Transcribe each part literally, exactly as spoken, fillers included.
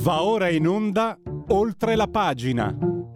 Va ora in onda Oltre la pagina.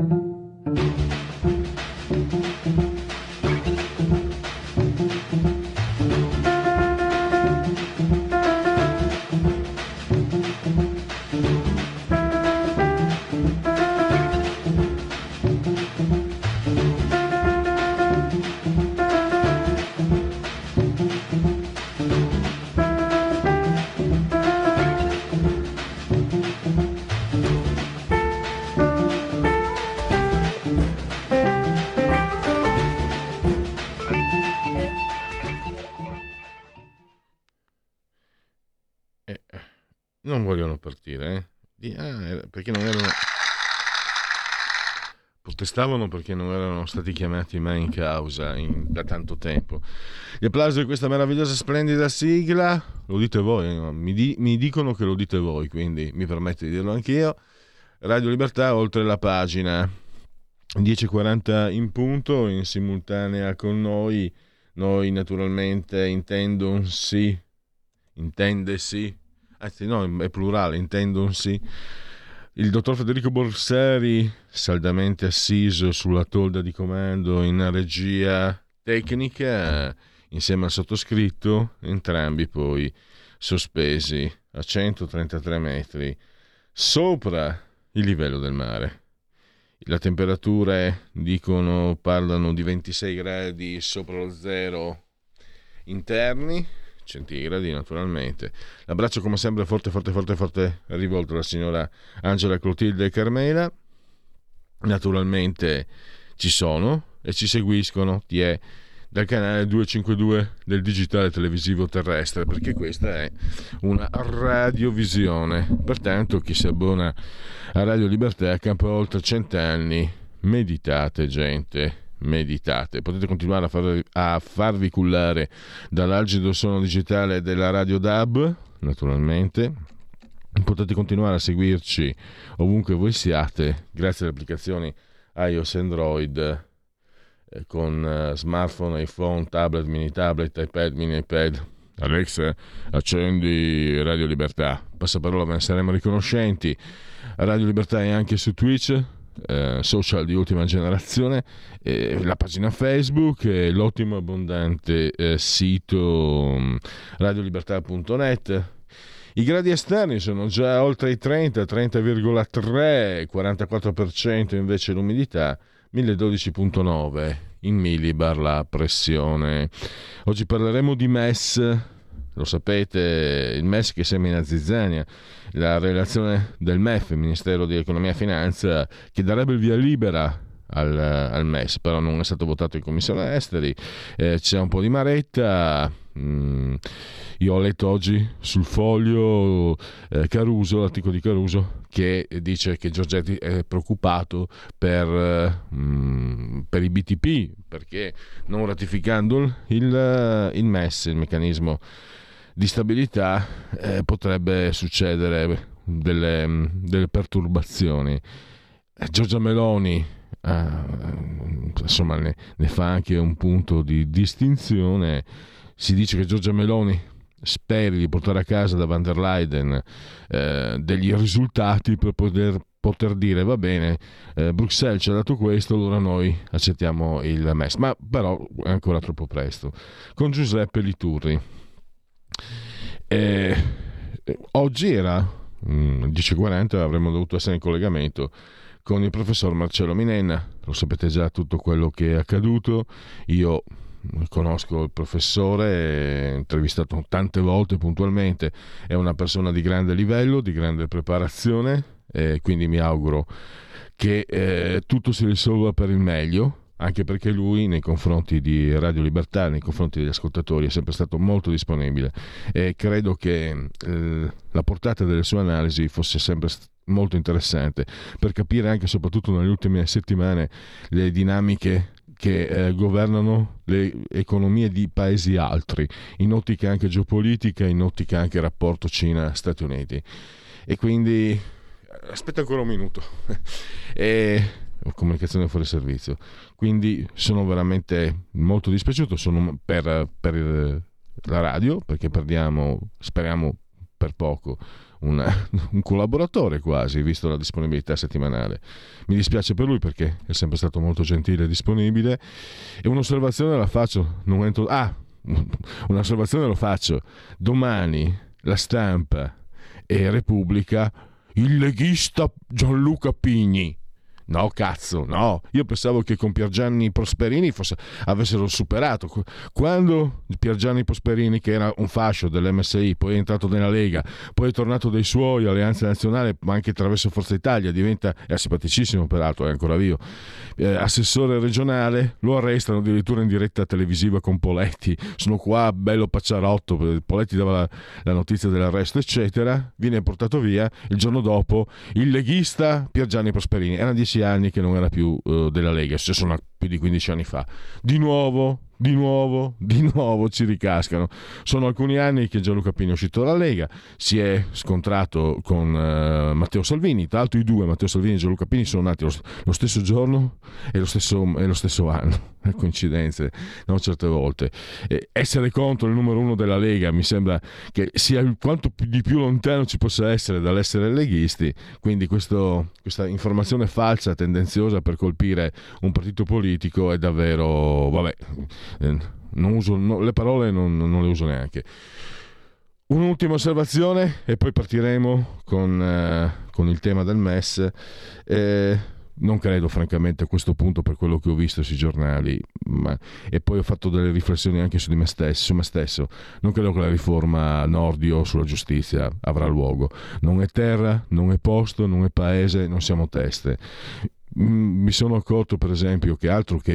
Non vogliono partire, eh? Di, ah, perché non erano. Protestavano perché non erano stati chiamati mai in causa in, da tanto tempo. Gli applausi di questa meravigliosa, splendida sigla. Lo dite voi, no? mi, di, mi dicono che lo dite voi, quindi mi permetto di dirlo anch'io. Radio Libertà, oltre la pagina. dieci e quaranta in punto, in simultanea con noi. Noi naturalmente intendo un sì. Intende sì. Anzi no, è plurale, intendo un sì. Il dottor Federico Borsari, saldamente assiso sulla tolda di comando in regia tecnica, insieme al sottoscritto, entrambi poi sospesi a centotrentatré metri sopra il livello del mare. La temperatura, dicono, parlano di ventisei gradi sopra lo zero interni, centigradi naturalmente. L'abbraccio come sempre forte forte forte forte rivolto alla signora Angela Clotilde Carmela. Naturalmente ci sono e ci seguiscono ti è dal canale duecentocinquantadue del digitale televisivo terrestre, perché questa è una radiovisione. Pertanto chi si abbona a Radio Libertà campa oltre cent'anni. Meditate, gente, meditate. Potete continuare a, far, a farvi cullare dall'algido suono digitale della Radio D A B, naturalmente. Potete continuare a seguirci ovunque voi siate grazie alle applicazioni iOS e Android, eh, con eh, smartphone, iPhone, tablet, mini tablet, iPad, mini iPad. Alexa, accendi Radio Libertà. Passaparola, ve ne saremo riconoscenti. Radio Libertà è anche su Twitch, Eh, social di ultima generazione, eh, la pagina Facebook e l'ottimo abbondante eh, sito um, radiolibertà punto net. I gradi esterni sono già oltre i trenta, trenta virgola tre, quarantaquattro per cento invece l'umidità, mille dodici virgola nove in millibar la pressione. Oggi parleremo di M E S. Lo sapete, il M E S che semina zizzania, la relazione del M E F, il Ministero di Economia e Finanza, che darebbe il via libera al, al M E S, però non è stato votato in Commissione Esteri, eh, c'è un po' di maretta. Mm, io ho letto oggi sul Foglio eh, Caruso, l'articolo di Caruso, che dice che Giorgetti è preoccupato per, mm, per i B T P, perché non ratificando il, il M E S, il meccanismo di stabilità, eh, potrebbe succedere delle, delle perturbazioni. Giorgia Meloni eh, insomma ne, ne fa anche un punto di distinzione. Si dice che Giorgia Meloni speri di portare a casa da van der Leyen eh, degli risultati per poter, poter dire va bene, eh, Bruxelles ci ha dato questo, allora noi accettiamo il M E S, ma però è ancora troppo presto. Con Giuseppe Liturri. Eh, oggi era mh, dieci e quaranta, avremmo dovuto essere in collegamento con il professor Marcello Minenna. Lo sapete già tutto quello che è accaduto. Io conosco il professore, intervistato tante volte puntualmente, è una persona di grande livello, di grande preparazione, e quindi mi auguro che eh, tutto si risolva per il meglio, anche perché lui nei confronti di Radio Libertà, nei confronti degli ascoltatori, è sempre stato molto disponibile e credo che eh, la portata delle sue analisi fosse sempre molto interessante per capire anche, soprattutto nelle ultime settimane, le dinamiche che eh, governano le economie di paesi altri, in ottica anche geopolitica, in ottica anche rapporto Cina-Stati Uniti. E quindi aspetta ancora un minuto e comunicazione fuori servizio. Quindi sono veramente molto dispiaciuto, sono per, per la radio, perché perdiamo, speriamo per poco un, un collaboratore quasi, visto la disponibilità settimanale. Mi dispiace per lui perché è sempre stato molto gentile e disponibile. E un'osservazione la faccio, non entro, ah, un'osservazione lo faccio. Domani La Stampa e Repubblica, il leghista Gianluca Pigni. No, cazzo, no. Io pensavo che con Piergianni Prosperini fosse, avessero superato. Quando Piergianni Prosperini, che era un fascio dell'M S I, poi è entrato nella Lega, poi è tornato dai suoi, Alleanza Nazionale, ma anche attraverso Forza Italia, diventa, è simpaticissimo peraltro, è ancora vivo, eh, assessore regionale, lo arrestano addirittura in diretta televisiva con Poletti. Sono qua, bello pacciarotto, Poletti dava la, la notizia dell'arresto, eccetera. Viene portato via. Il giorno dopo il leghista Piergianni Prosperini, erano dieci anni che non era più uh, della Lega, cioè sono più di quindici anni fa, di nuovo di nuovo, di nuovo ci ricascano. Sono alcuni anni che Gianluca Pini è uscito dalla Lega, si è scontrato con uh, Matteo Salvini. Tra l'altro i due, Matteo Salvini e Gianluca Pini, sono nati lo, lo stesso giorno e lo stesso, e lo stesso anno. Coincidenze, no? Certe volte eh, essere contro il numero uno della Lega mi sembra che sia quanto più, di più lontano ci possa essere dall'essere leghisti. Quindi questo, questa informazione falsa, tendenziosa per colpire un partito politico è davvero, vabbè, eh, non uso no, le parole non, non le uso neanche. Un'ultima osservazione e poi partiremo con, eh, con il tema del M E S. eh, Non credo francamente a questo punto, per quello che ho visto sui giornali, ma, e poi ho fatto delle riflessioni anche su di me stesso, su me stesso. Non credo che la riforma Nordio sulla giustizia avrà luogo. Non è terra, non è posto, non è paese, non siamo teste. Mi sono accorto per esempio che altro che,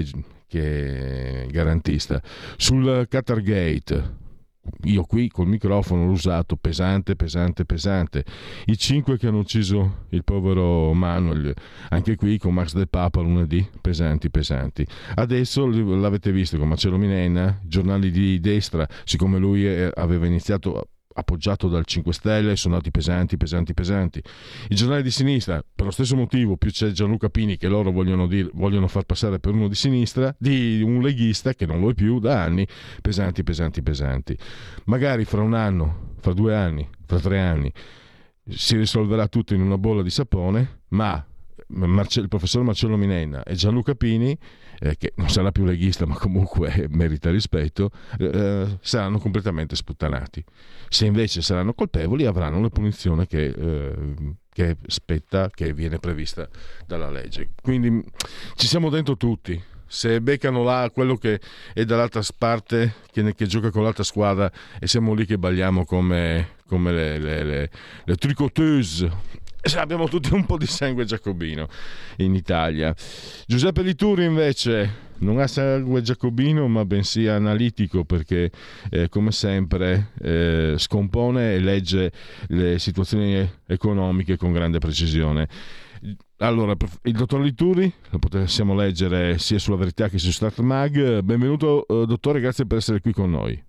che garantista sul Qatargate, io qui col microfono l'ho usato pesante, pesante, pesante. I cinque che hanno ucciso il povero Manuel, anche qui con Max Del Papa lunedì, pesanti, pesanti. Adesso l'avete visto con Marcello Minenna, giornali di destra, siccome lui aveva iniziato appoggiato dal cinque Stelle, sono andati pesanti, pesanti, pesanti. I giornali di sinistra, per lo stesso motivo, più c'è Gianluca Pini che loro vogliono, dire, vogliono far passare per uno di sinistra, di un leghista che non lo è più da anni, pesanti, pesanti, pesanti. Magari fra un anno, fra due anni, fra tre anni si risolverà tutto in una bolla di sapone, ma Marce- il professor Marcello Minenna e Gianluca Pini, eh, che non sarà più leghista ma comunque merita rispetto, eh, saranno completamente sputtanati. Se invece saranno colpevoli avranno la punizione che, eh, che spetta, che viene prevista dalla legge. Quindi ci siamo dentro tutti. Se beccano là quello che è dall'altra parte, che, che gioca con l'altra squadra, e siamo lì che balliamo come, come le, le, le, le tricoteuse. Abbiamo tutti un po' di sangue giacobino in Italia. Giuseppe Lituri invece non ha sangue giacobino ma bensì analitico, perché eh, come sempre eh, scompone e legge le situazioni economiche con grande precisione. Allora, il dottor Lituri lo possiamo leggere sia sulla Verità che su Start Mag. Benvenuto eh, dottore, grazie per essere qui con noi.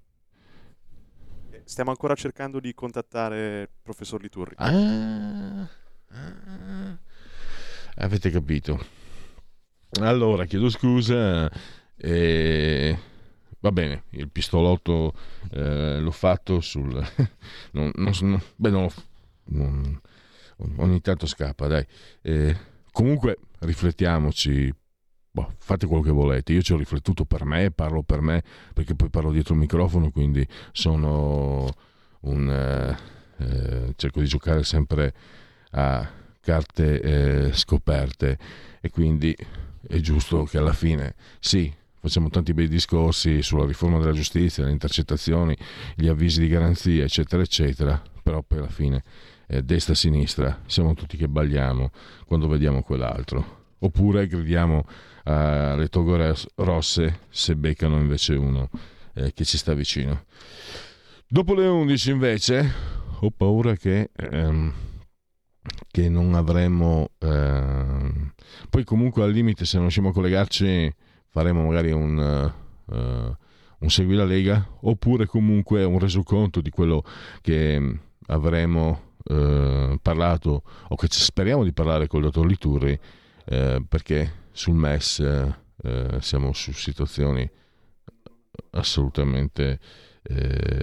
Stiamo ancora cercando di contattare il professor Liturri. Ah, ah, avete capito. Allora, chiedo scusa. Eh, va bene, il pistolotto eh, l'ho fatto sul... non, non, beh, non, non, ogni tanto scappa, dai. Eh, comunque, riflettiamoci. Boh, fate quello che volete, io ci ho riflettuto per me, parlo per me perché poi parlo dietro il microfono, quindi sono un eh, eh, cerco di giocare sempre a carte eh, scoperte, e quindi è giusto che alla fine sì, facciamo tanti bei discorsi sulla riforma della giustizia, le intercettazioni, gli avvisi di garanzia, eccetera eccetera, però poi alla fine eh, destra e sinistra siamo tutti che balliamo quando vediamo quell'altro, oppure gridiamo alle toghe rosse se beccano invece uno eh, che ci sta vicino. Dopo le undici invece ho paura che ehm, che non avremo ehm, poi comunque al limite, se non riusciamo a collegarci, faremo magari un uh, un Segui la Lega, oppure comunque un resoconto di quello che avremo uh, parlato, o che speriamo di parlare col dottor Liturri, uh, perché sul M E S eh, siamo su situazioni assolutamente eh,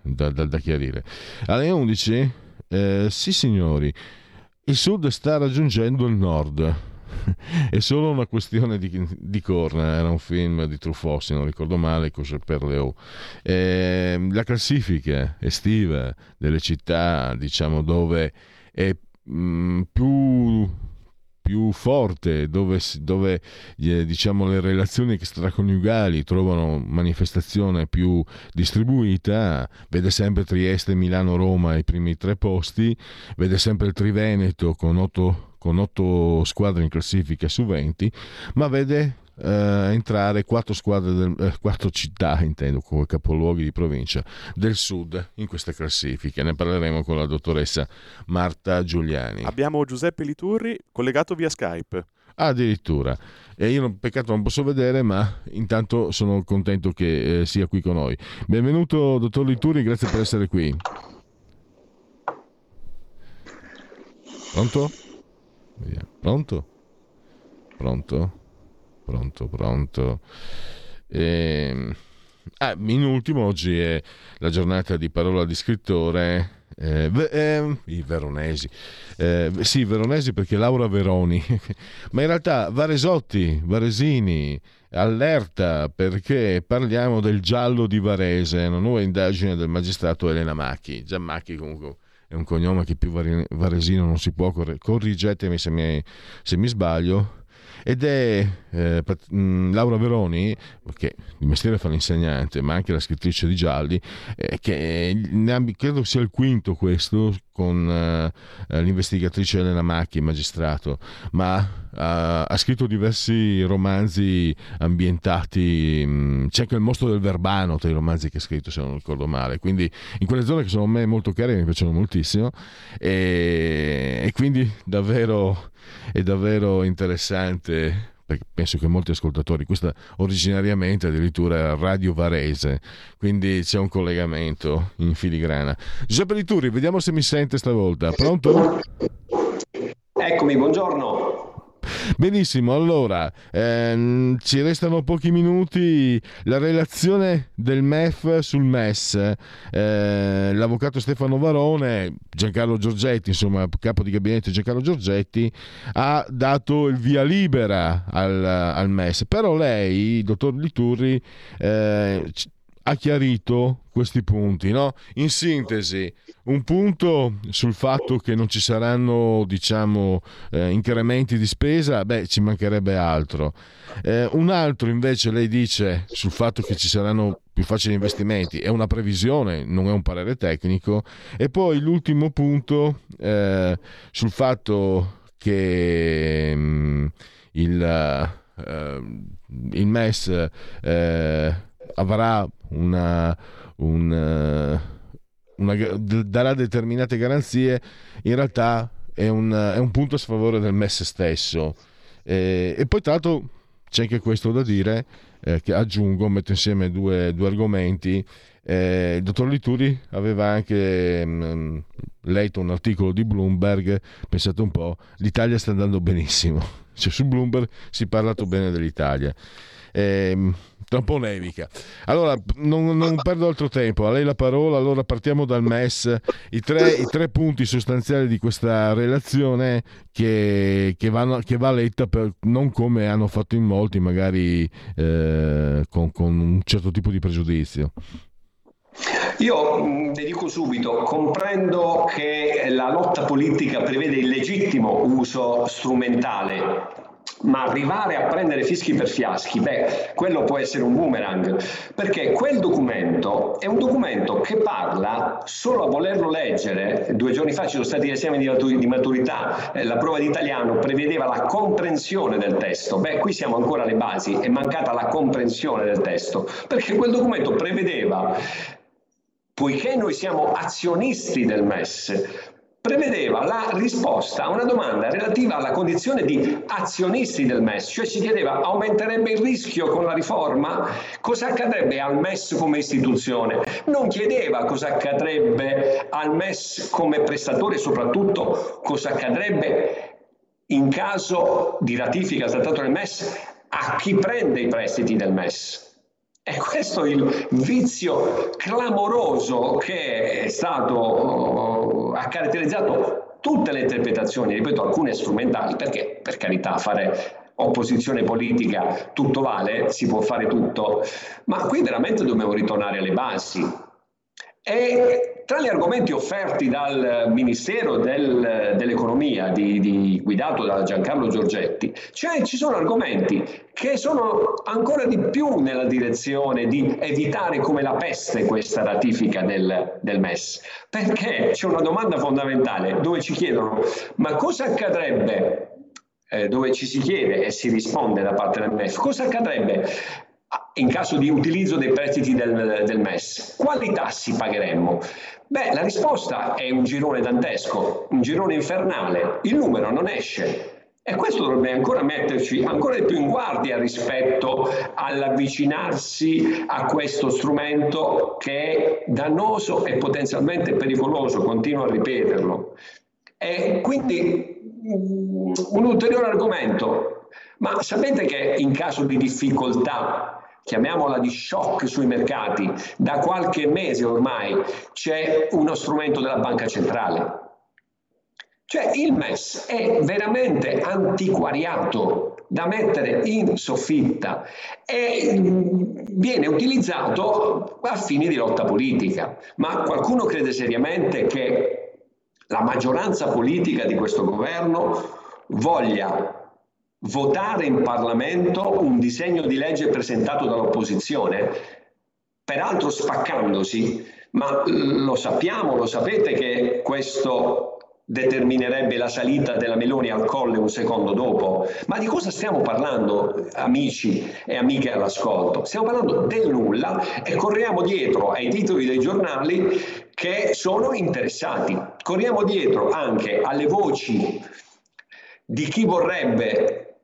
da, da, da chiarire. Alle undici, eh, sì signori, il sud sta raggiungendo il nord. È solo una questione di, di corna. Era un film di Truffaut, se non ricordo male, Cos'è per Leo. Eh, la classifica estiva delle città, diciamo, dove è mh, più più forte, dove, dove eh, diciamo le relazioni extraconiugali trovano manifestazione più distribuita, vede sempre Trieste, Milano, Roma ai primi tre posti, vede sempre il Triveneto con otto, con otto squadre in classifica su venti, ma vede Uh, entrare quattro squadre del, eh, quattro città, intendo, come capoluoghi di provincia del sud in queste classifiche. Ne parleremo con la dottoressa Marta Giuliani. Abbiamo Giuseppe Liturri collegato via Skype. Addirittura. E io non, peccato non posso vedere, ma intanto sono contento che eh, sia qui con noi. Benvenuto dottor Liturri, grazie per essere qui. Pronto? Vediamo. Pronto? Pronto? Pronto, pronto. E... Ah, in ultimo, oggi è la giornata di parola di scrittore. Eh, eh, I veronesi, eh, sì, veronesi perché Laura Veroni, ma in realtà Varesotti, Varesini, allerta perché parliamo del giallo di Varese, una nuova indagine del magistrato Elena Macchi. Giammacchi comunque è un cognome che più varesino non si può, corrigetemi se mi, se mi sbaglio. Ed è eh, Laura Veroni, che di mestiere fa l'insegnante, ma anche la scrittrice di gialli, eh, che ne, credo sia il quinto questo, con eh, l'investigatrice Elena Macchi, magistrato, ma ha, ha scritto diversi romanzi ambientati, mh, c'è anche il mostro del Verbano tra i romanzi che ha scritto, se non ricordo male, quindi in quelle zone che sono a me molto care, mi piacciono moltissimo, e, e quindi davvero è davvero interessante, perché penso che molti ascoltatori, questa originariamente addirittura era Radio Varese, quindi c'è un collegamento in filigrana. Giuseppe Liturri, vediamo se mi sente stavolta. Pronto? Eccomi, buongiorno. Benissimo, allora ehm, ci restano pochi minuti. La relazione del M E F sul M E S, eh, l'avvocato Stefano Varone, Giancarlo Giorgetti, insomma capo di gabinetto Giancarlo Giorgetti, ha dato il via libera al, al M E S, però lei, dottor Liturri, eh, ha chiarito questi punti, no? In sintesi, un punto sul fatto che non ci saranno, diciamo, eh, incrementi di spesa, beh, ci mancherebbe altro. Eh, un altro invece lei dice sul fatto che ci saranno più facili investimenti, è una previsione, non è un parere tecnico. E poi l'ultimo punto eh, sul fatto che mh, il, uh, il M E S eh, avrà una, un, una, darà determinate garanzie, in realtà è un, è un punto a sfavore del M E S stesso. E, e poi tra l'altro c'è anche questo da dire, eh, che aggiungo, metto insieme due, due argomenti. Eh, il dottor Liturri aveva anche mh, letto un articolo di Bloomberg, pensate un po', l'Italia sta andando benissimo, cioè su Bloomberg si è parlato bene dell'Italia. Eh, tra un po' nevica. Allora non, non perdo altro tempo, a lei la parola. Allora partiamo dal M E S, i tre, i tre punti sostanziali di questa relazione che, che, vanno, che va letta per, non come hanno fatto in molti, magari eh, con, con un certo tipo di pregiudizio. Io le dico subito, comprendo che la lotta politica prevede il legittimo uso strumentale, ma arrivare a prendere fischi per fiaschi, beh, quello può essere un boomerang, perché quel documento è un documento che parla, solo a volerlo leggere, due giorni fa ci sono stati gli esami di maturità, eh, la prova di italiano prevedeva la comprensione del testo, beh, qui siamo ancora alle basi, è mancata la comprensione del testo, perché quel documento prevedeva, poiché noi siamo azionisti del M E S, prevedeva la risposta a una domanda relativa alla condizione di azionisti del M E S, cioè si chiedeva: aumenterebbe il rischio con la riforma? Cosa accadrebbe al M E S come istituzione? Non chiedeva cosa accadrebbe al M E S come prestatore, soprattutto cosa accadrebbe in caso di ratifica del trattato del M E S a chi prende i prestiti del M E S. E questo è il vizio clamoroso che è stato, ha caratterizzato tutte le interpretazioni, ripeto, alcune strumentali, perché per carità fare opposizione politica tutto vale, si può fare tutto, ma qui veramente dobbiamo ritornare alle basi. E tra gli argomenti offerti dal Ministero del, dell'Economia, di, di, guidato da Giancarlo Giorgetti, cioè ci sono argomenti che sono ancora di più nella direzione di evitare come la peste questa ratifica del, del M E S, perché c'è una domanda fondamentale dove ci chiedono: ma cosa accadrebbe, eh, dove ci si chiede e si risponde da parte del M E F, cosa accadrebbe in caso di utilizzo dei prestiti del, del M E S? Quali tassi pagheremmo? Beh, la risposta è un girone dantesco, un girone infernale, il numero non esce. E questo dovrebbe ancora metterci ancora di più in guardia rispetto all'avvicinarsi a questo strumento che è dannoso e potenzialmente pericoloso, continuo a ripeterlo. E quindi un ulteriore argomento: ma sapete che in caso di difficoltà, chiamiamola di shock sui mercati, da qualche mese ormai c'è uno strumento della Banca Centrale? Cioè il M E S è veramente antiquariato, da mettere in soffitta, e viene utilizzato a fini di lotta politica. Ma qualcuno crede seriamente che la maggioranza politica di questo governo voglia votare in Parlamento un disegno di legge presentato dall'opposizione, peraltro spaccandosi? Ma lo sappiamo, lo sapete che questo determinerebbe la salita della Meloni al colle un secondo dopo? Ma di cosa stiamo parlando, amici e amiche all'ascolto? Stiamo parlando del nulla e corriamo dietro ai titoli dei giornali che sono interessati. Corriamo dietro anche alle voci di chi vorrebbe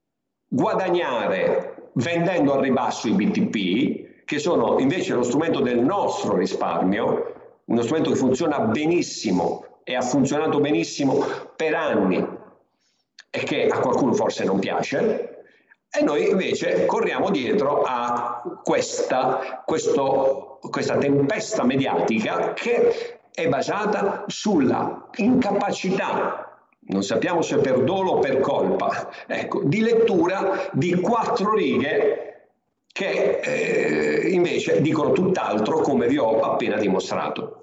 guadagnare vendendo al ribasso i B T P, che sono invece lo strumento del nostro risparmio, uno strumento che funziona benissimo e ha funzionato benissimo per anni e che a qualcuno forse non piace, e noi invece corriamo dietro a questa, questo, questa tempesta mediatica che è basata sulla incapacità, non sappiamo se per dolo o per colpa, ecco, di lettura di quattro righe che eh, invece dicono tutt'altro, come vi ho appena dimostrato.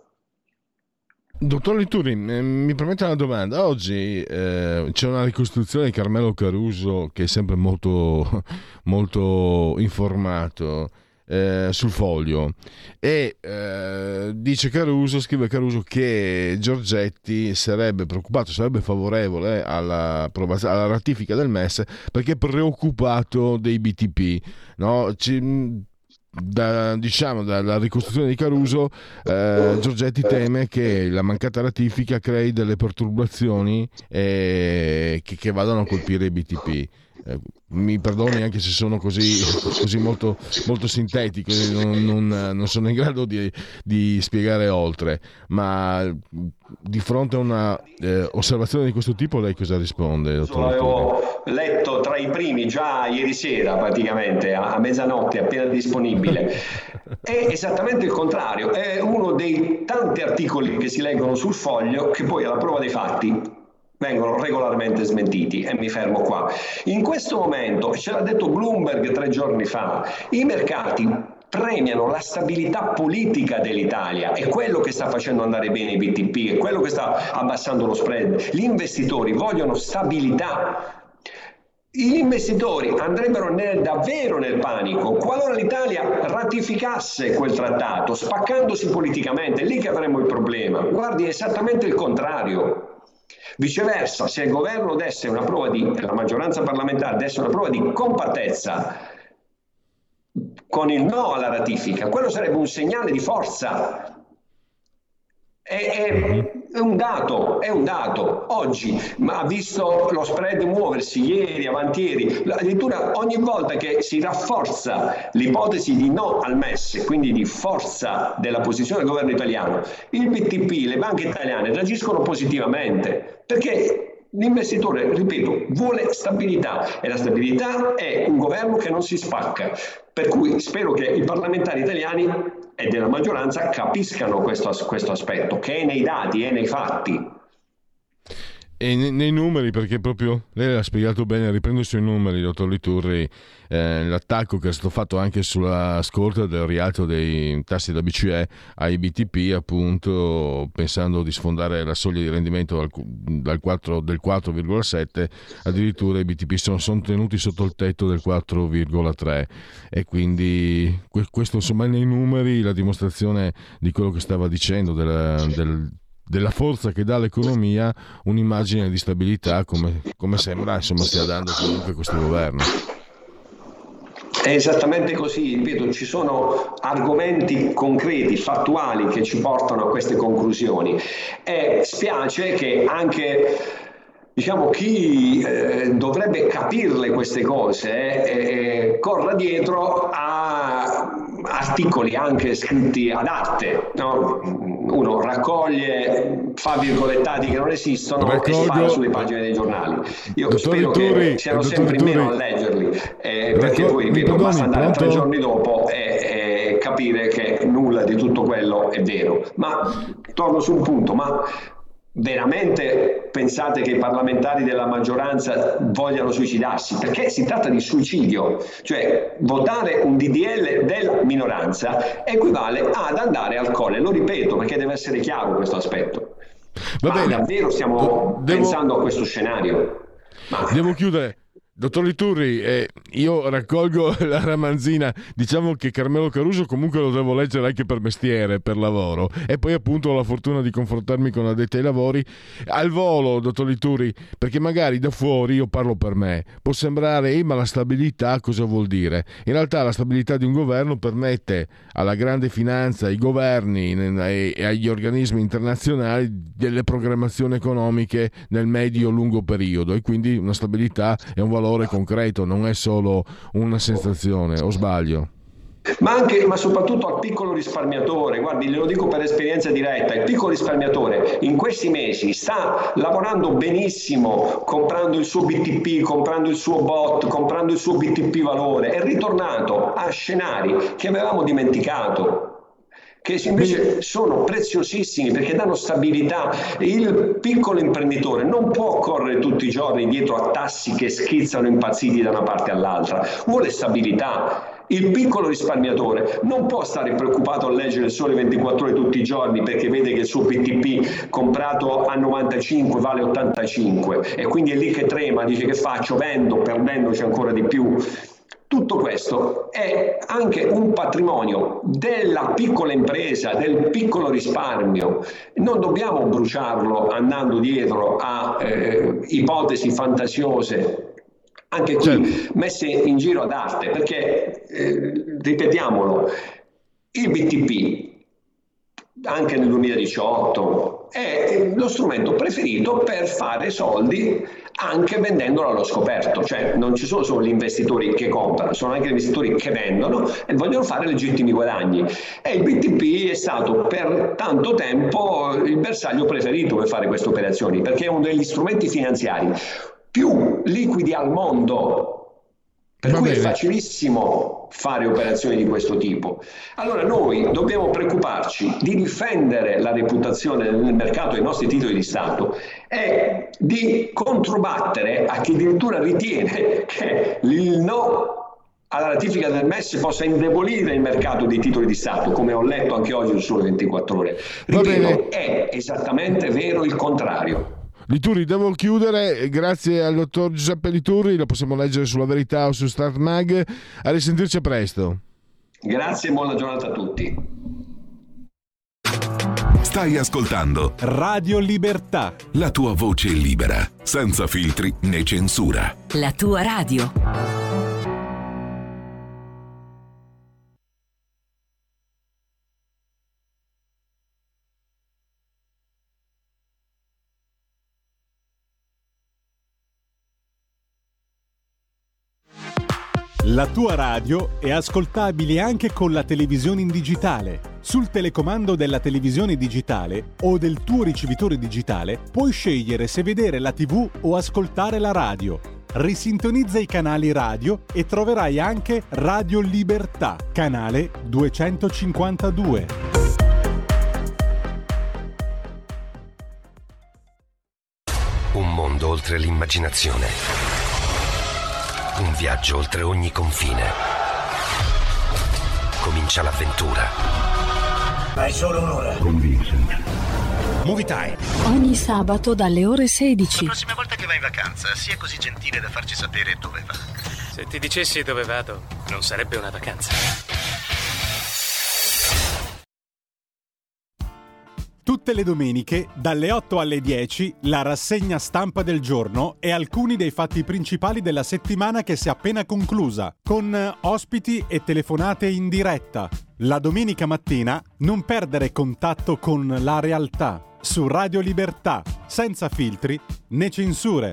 Dottor Lituri, mi permette una domanda. Oggi eh, c'è una ricostruzione di Carmelo Caruso, che è sempre molto, molto informato, eh, sul Foglio, e eh, dice Caruso, scrive Caruso, che Giorgetti sarebbe preoccupato, sarebbe favorevole alla, alla ratifica del M E S perché è preoccupato dei B T P, no? Ci, Da, diciamo dalla ricostruzione di Caruso, eh, Giorgetti teme che la mancata ratifica crei delle perturbazioni eh, che, che vadano a colpire i B T P. Eh, mi perdoni anche se sono così, così molto, molto sintetico, non, non, non sono in grado di, di spiegare oltre, ma di fronte a una eh, osservazione di questo tipo lei cosa risponde, dottor? L'avevo letto tra i primi già ieri sera, praticamente a, a mezzanotte, appena disponibile. È esattamente il contrario, è uno dei tanti articoli che si leggono sul Foglio che poi alla prova dei fatti vengono regolarmente smentiti, e mi fermo qua. In questo momento, ce l'ha detto Bloomberg tre giorni fa, i mercati premiano la stabilità politica dell'Italia, è quello che sta facendo andare bene i B T P, è quello che sta abbassando lo spread. Gli investitori vogliono stabilità. Gli investitori andrebbero nel, davvero nel panico qualora l'Italia ratificasse quel trattato, spaccandosi politicamente. È lì che avremmo il problema. Guardi, è esattamente il contrario. Viceversa, se il governo desse una prova di, la maggioranza parlamentare desse una prova di compattezza con il no alla ratifica, quello sarebbe un segnale di forza. È, è, è un dato, è un dato. Oggi ma ha visto lo spread muoversi ieri, avantieri, addirittura ogni volta che si rafforza l'ipotesi di no al M E S, quindi di forza della posizione del governo italiano, il B T P, le banche italiane reagiscono positivamente, perché L'investitore, ripeto, vuole stabilità, e la stabilità è un governo che non si spacca. Per cui spero che i parlamentari italiani e della maggioranza capiscano questo, questo aspetto, che è nei dati, è nei fatti. E nei, nei numeri, perché proprio lei l'ha spiegato bene, riprendo i suoi numeri, dottor Liturri, eh, l'attacco che è stato fatto anche sulla scorta del rialzo dei tassi della B C E ai B T P, appunto pensando di sfondare la soglia di rendimento dal, dal quattro, del quattro virgola sette, addirittura i B T P sono, sono tenuti sotto il tetto del quattro virgola tre, e quindi questo insomma nei numeri la dimostrazione di quello che stava dicendo del, del della forza che dà all'economia un'immagine di stabilità, come, come sembra insomma stia dando comunque questo governo. È esattamente così, ripeto, ci sono argomenti concreti, fattuali che ci portano a queste conclusioni, e spiace che anche diciamo chi eh, dovrebbe capirle queste cose eh, corra dietro a articoli anche scritti ad arte, no? Uno raccoglie, fa virgolettati che non esistono Raccolgo. e spara sulle pagine dei giornali. Io dottor spero Turi, che siano sempre in meno a leggerli, eh, perché poi ripeto, perdoni, basta andare pronto? tre giorni dopo e, e capire che nulla di tutto quello è vero. Ma torno sul punto, ma veramente pensate che i parlamentari della maggioranza vogliano suicidarsi? Perché si tratta di suicidio, cioè votare un D D L della minoranza equivale ad andare al colle, lo ripeto perché deve essere chiaro questo aspetto. Va bene. Ma davvero stiamo devo, pensando a questo scenario? Ma... Devo chiudere. Dottor Liturri, eh, io raccolgo la ramanzina, diciamo che Carmelo Caruso comunque lo devo leggere anche per mestiere, per lavoro, e poi appunto ho la fortuna di confrontarmi con addetti ai lavori al volo, dottor Liturri, perché magari da fuori, io parlo per me, può sembrare, eh, ma la stabilità cosa vuol dire? In realtà la stabilità di un governo permette alla grande finanza, ai governi e agli organismi internazionali delle programmazioni economiche nel medio-lungo periodo, e quindi una stabilità è un valore concreto, non è solo una sensazione, o sbaglio? Ma anche, ma soprattutto al piccolo risparmiatore, guardi, glielo dico per esperienza diretta, il piccolo risparmiatore in questi mesi sta lavorando benissimo, comprando il suo B T P, comprando il suo bot, comprando il suo B T P valore, è ritornato a scenari che avevamo dimenticato, che invece sono preziosissimi perché danno stabilità. Il piccolo imprenditore non può correre tutti i giorni dietro a tassi che schizzano impazziti da una parte all'altra, vuole stabilità. Il piccolo risparmiatore non può stare preoccupato a leggere il Sole ventiquattro Ore tutti i giorni perché vede che il suo B T P comprato a novantacinque vale ottantacinque e quindi è lì che trema, dice: che faccio? Vendo, perdendoci ancora di più. Tutto questo è anche un patrimonio della piccola impresa, del piccolo risparmio. Non dobbiamo bruciarlo andando dietro a eh, ipotesi fantasiose, anche qui certo. messe in giro ad arte, perché, eh, ripetiamolo, il B T P anche nel duemiladiciotto è lo strumento preferito per fare soldi anche vendendolo allo scoperto, cioè non ci sono solo gli investitori che comprano, sono anche gli investitori che vendono e vogliono fare legittimi guadagni, e il B T P è stato per tanto tempo il bersaglio preferito per fare queste operazioni, perché è uno degli strumenti finanziari più liquidi al mondo, per Va cui bene. È facilissimo fare operazioni di questo tipo. Allora noi dobbiamo preoccuparci di difendere la reputazione nel mercato dei nostri titoli di Stato e di controbattere a chi addirittura ritiene che il no alla ratifica del M E S possa indebolire il mercato dei titoli di Stato, come ho letto anche oggi su Sole ventiquattro Ore. Ripeto, è esattamente vero il contrario. Liturri, devo chiudere, grazie al dottor Giuseppe Liturri, lo possiamo leggere sulla Verità o su Start Mag. A risentirci a presto. Grazie e buona giornata a tutti. Stai ascoltando Radio Libertà, la tua voce libera, senza filtri né censura. La tua radio. La tua radio è ascoltabile anche con la televisione in digitale. Sul telecomando della televisione digitale o del tuo ricevitore digitale puoi scegliere se vedere la tivù o ascoltare la radio. Risintonizza i canali radio e troverai anche Radio Libertà, canale duecentocinquantadue. Un mondo oltre l'immaginazione. Un viaggio oltre ogni confine. Comincia l'avventura. Hai solo un'ora. Con Vincent. Movie Time. Ogni sabato dalle ore sedici. La prossima volta che vai in vacanza, sia così gentile da farci sapere dove va. Se ti dicessi dove vado, non sarebbe una vacanza. Tutte le domeniche, dalle otto alle dieci, la rassegna stampa del giorno e alcuni dei fatti principali della settimana che si è appena conclusa, con ospiti e telefonate in diretta. La domenica mattina non perdere contatto con la realtà, su Radio Libertà, senza filtri né censure.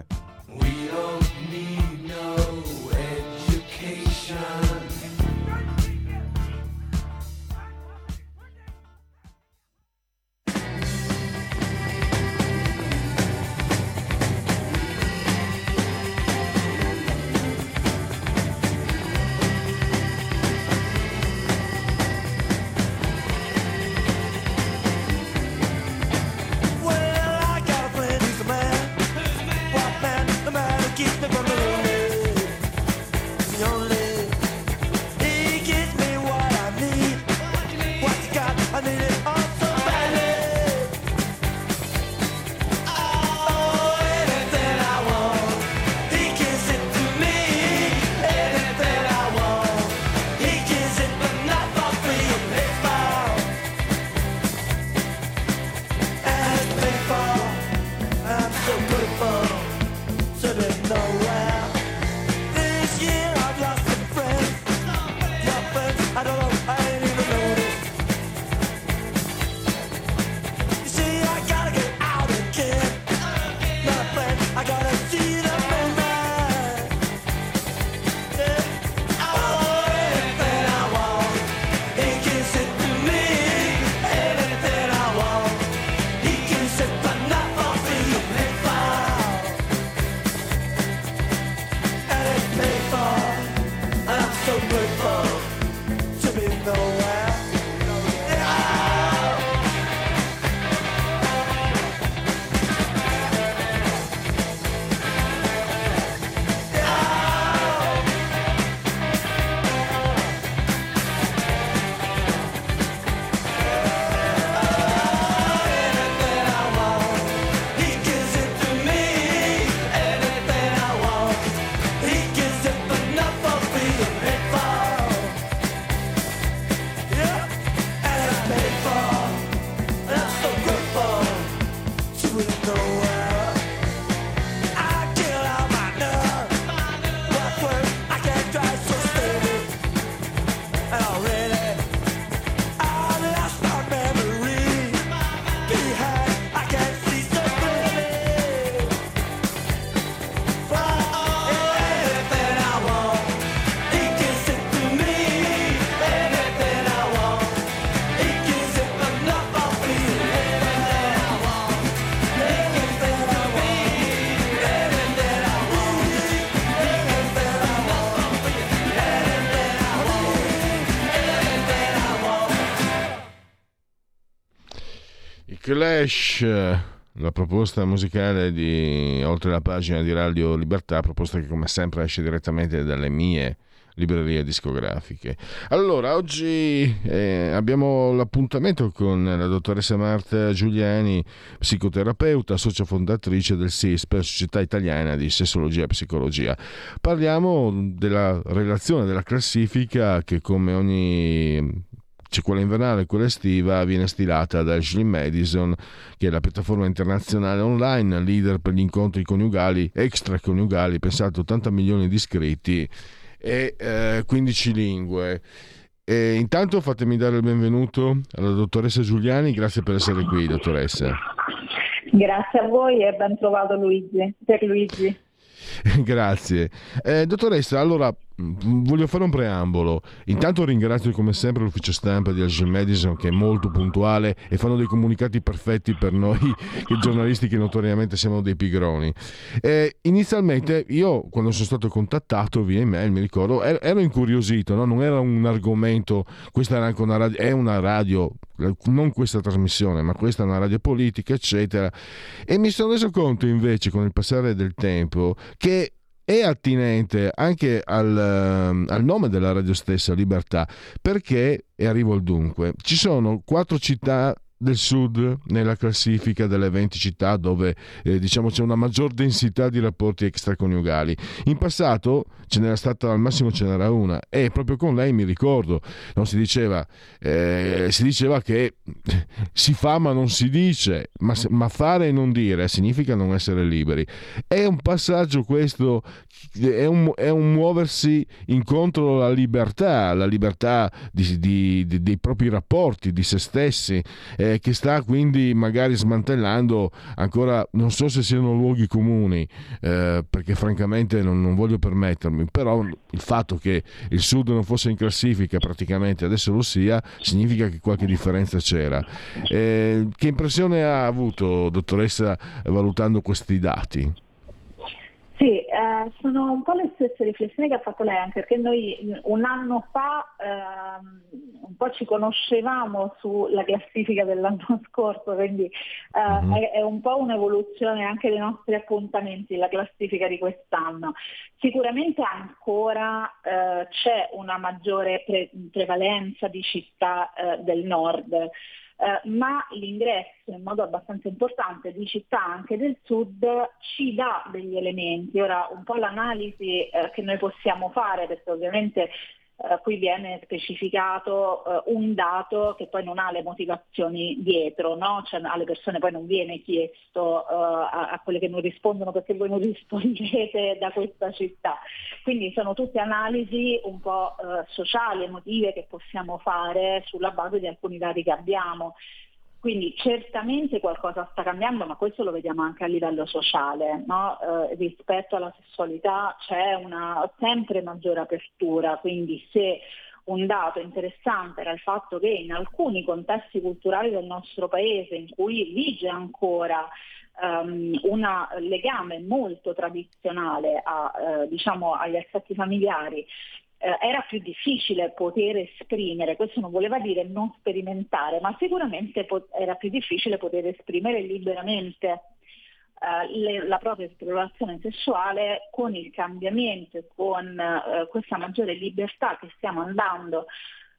Clash, la proposta musicale di Oltre la pagina di Radio Libertà, proposta che come sempre esce direttamente dalle mie librerie discografiche. Allora, oggi eh, abbiamo l'appuntamento con la dottoressa Marta Giuliani, psicoterapeuta, socia fondatrice del S I S P, Società Italiana di Sessologia e Psicologia. Parliamo della relazione della classifica che, come ogni c'è quella invernale e quella estiva, viene stilata da Ashley Madison, che è la piattaforma internazionale online, leader per gli incontri coniugali, extraconiugali, pensate, ottanta milioni di iscritti e eh, quindici lingue. E intanto fatemi dare il benvenuto alla dottoressa Giuliani, grazie per essere qui, dottoressa. Grazie a voi e ben trovato Luigi, per Luigi. Grazie. Eh, dottoressa, allora voglio fare un preambolo. Intanto ringrazio come sempre l'ufficio stampa di Ashley Madison, che è molto puntuale e fanno dei comunicati perfetti per noi giornalisti che notoriamente siamo dei pigroni. Eh, inizialmente io, quando sono stato contattato via email, mi ricordo, ero incuriosito, no? Non era un argomento, questa era anche una radio, è una radio, non questa trasmissione, ma questa è una radio politica, eccetera, e mi sono reso conto invece con il passare del tempo che è attinente anche al, al nome della radio stessa, Libertà, perché, e arrivo al dunque, ci sono quattro città del sud nella classifica delle venti città dove eh, diciamo c'è una maggior densità di rapporti extraconiugali. In passato ce n'era stata, al massimo ce n'era una, e proprio con lei mi ricordo, non si diceva eh, si diceva che si fa ma non si dice, ma, ma fare e non dire significa non essere liberi. È un passaggio questo, è un, è un muoversi incontro alla libertà, alla libertà di, di, di, dei propri rapporti, di se stessi, eh, che sta quindi magari smantellando ancora, non so se siano luoghi comuni, eh, perché francamente non, non voglio permettermi, però il fatto che il Sud non fosse in classifica praticamente adesso lo sia, significa che qualche differenza c'era. Eh, che impressione ha avuto, dottoressa, valutando questi dati? Sì, eh, sono un po' le stesse riflessioni che ha fatto lei, anche perché noi un anno fa eh, un po' ci conoscevamo sulla classifica dell'anno scorso, quindi eh, mm-hmm. è, è un po' un'evoluzione anche dei nostri appuntamenti, la classifica di quest'anno. Sicuramente ancora eh, c'è una maggiore pre- prevalenza di città eh, del nord. Uh, ma l'ingresso in modo abbastanza importante di città anche del sud ci dà degli elementi. Ora un po' l'analisi uh, che noi possiamo fare, perché ovviamente uh, qui viene specificato uh, un dato che poi non ha le motivazioni dietro, no? Cioè alle persone poi non viene chiesto uh, a, a quelle che non rispondono perché voi non rispondete da questa città. Quindi sono tutte analisi un po' eh, sociali, emotive che possiamo fare sulla base di alcuni dati che abbiamo. Quindi certamente qualcosa sta cambiando, ma questo lo vediamo anche a livello sociale, no? Eh, rispetto alla sessualità c'è una sempre maggiore apertura, quindi se un dato interessante era il fatto che in alcuni contesti culturali del nostro paese in cui vige ancora Um, un legame molto tradizionale a, eh, diciamo, agli aspetti familiari, eh, era più difficile poter esprimere, questo non voleva dire non sperimentare, ma sicuramente pot- era più difficile poter esprimere liberamente eh, le, la propria esplorazione sessuale. Con il cambiamento e con eh, questa maggiore libertà che stiamo andando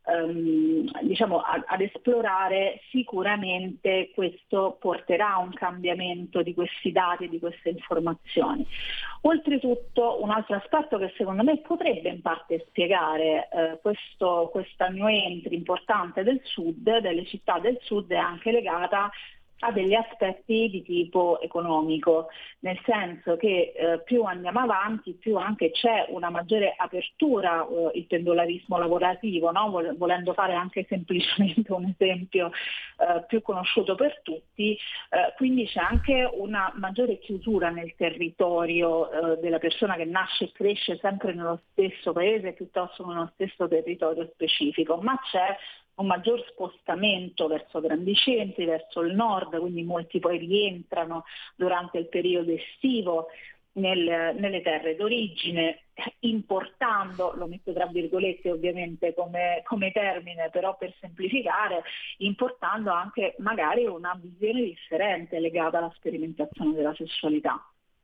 Um, diciamo ad, ad esplorare, sicuramente questo porterà a un cambiamento di questi dati e di queste informazioni. Oltretutto un altro aspetto che secondo me potrebbe in parte spiegare eh, questo, questa new entry importante del sud, delle città del sud, è anche legata a degli aspetti di tipo economico, nel senso che eh, più andiamo avanti, più anche c'è una maggiore apertura, eh, il pendolarismo lavorativo, no? Volendo fare anche semplicemente un esempio eh, più conosciuto per tutti, eh, quindi c'è anche una maggiore chiusura nel territorio eh, della persona che nasce e cresce sempre nello stesso paese piuttosto che nello stesso territorio specifico, ma c'è un maggior spostamento verso grandi centri, verso il nord, quindi molti poi rientrano durante il periodo estivo nel, nelle terre d'origine, importando, lo metto tra virgolette ovviamente come, come termine, però per semplificare, importando anche magari una visione differente legata alla sperimentazione della sessualità.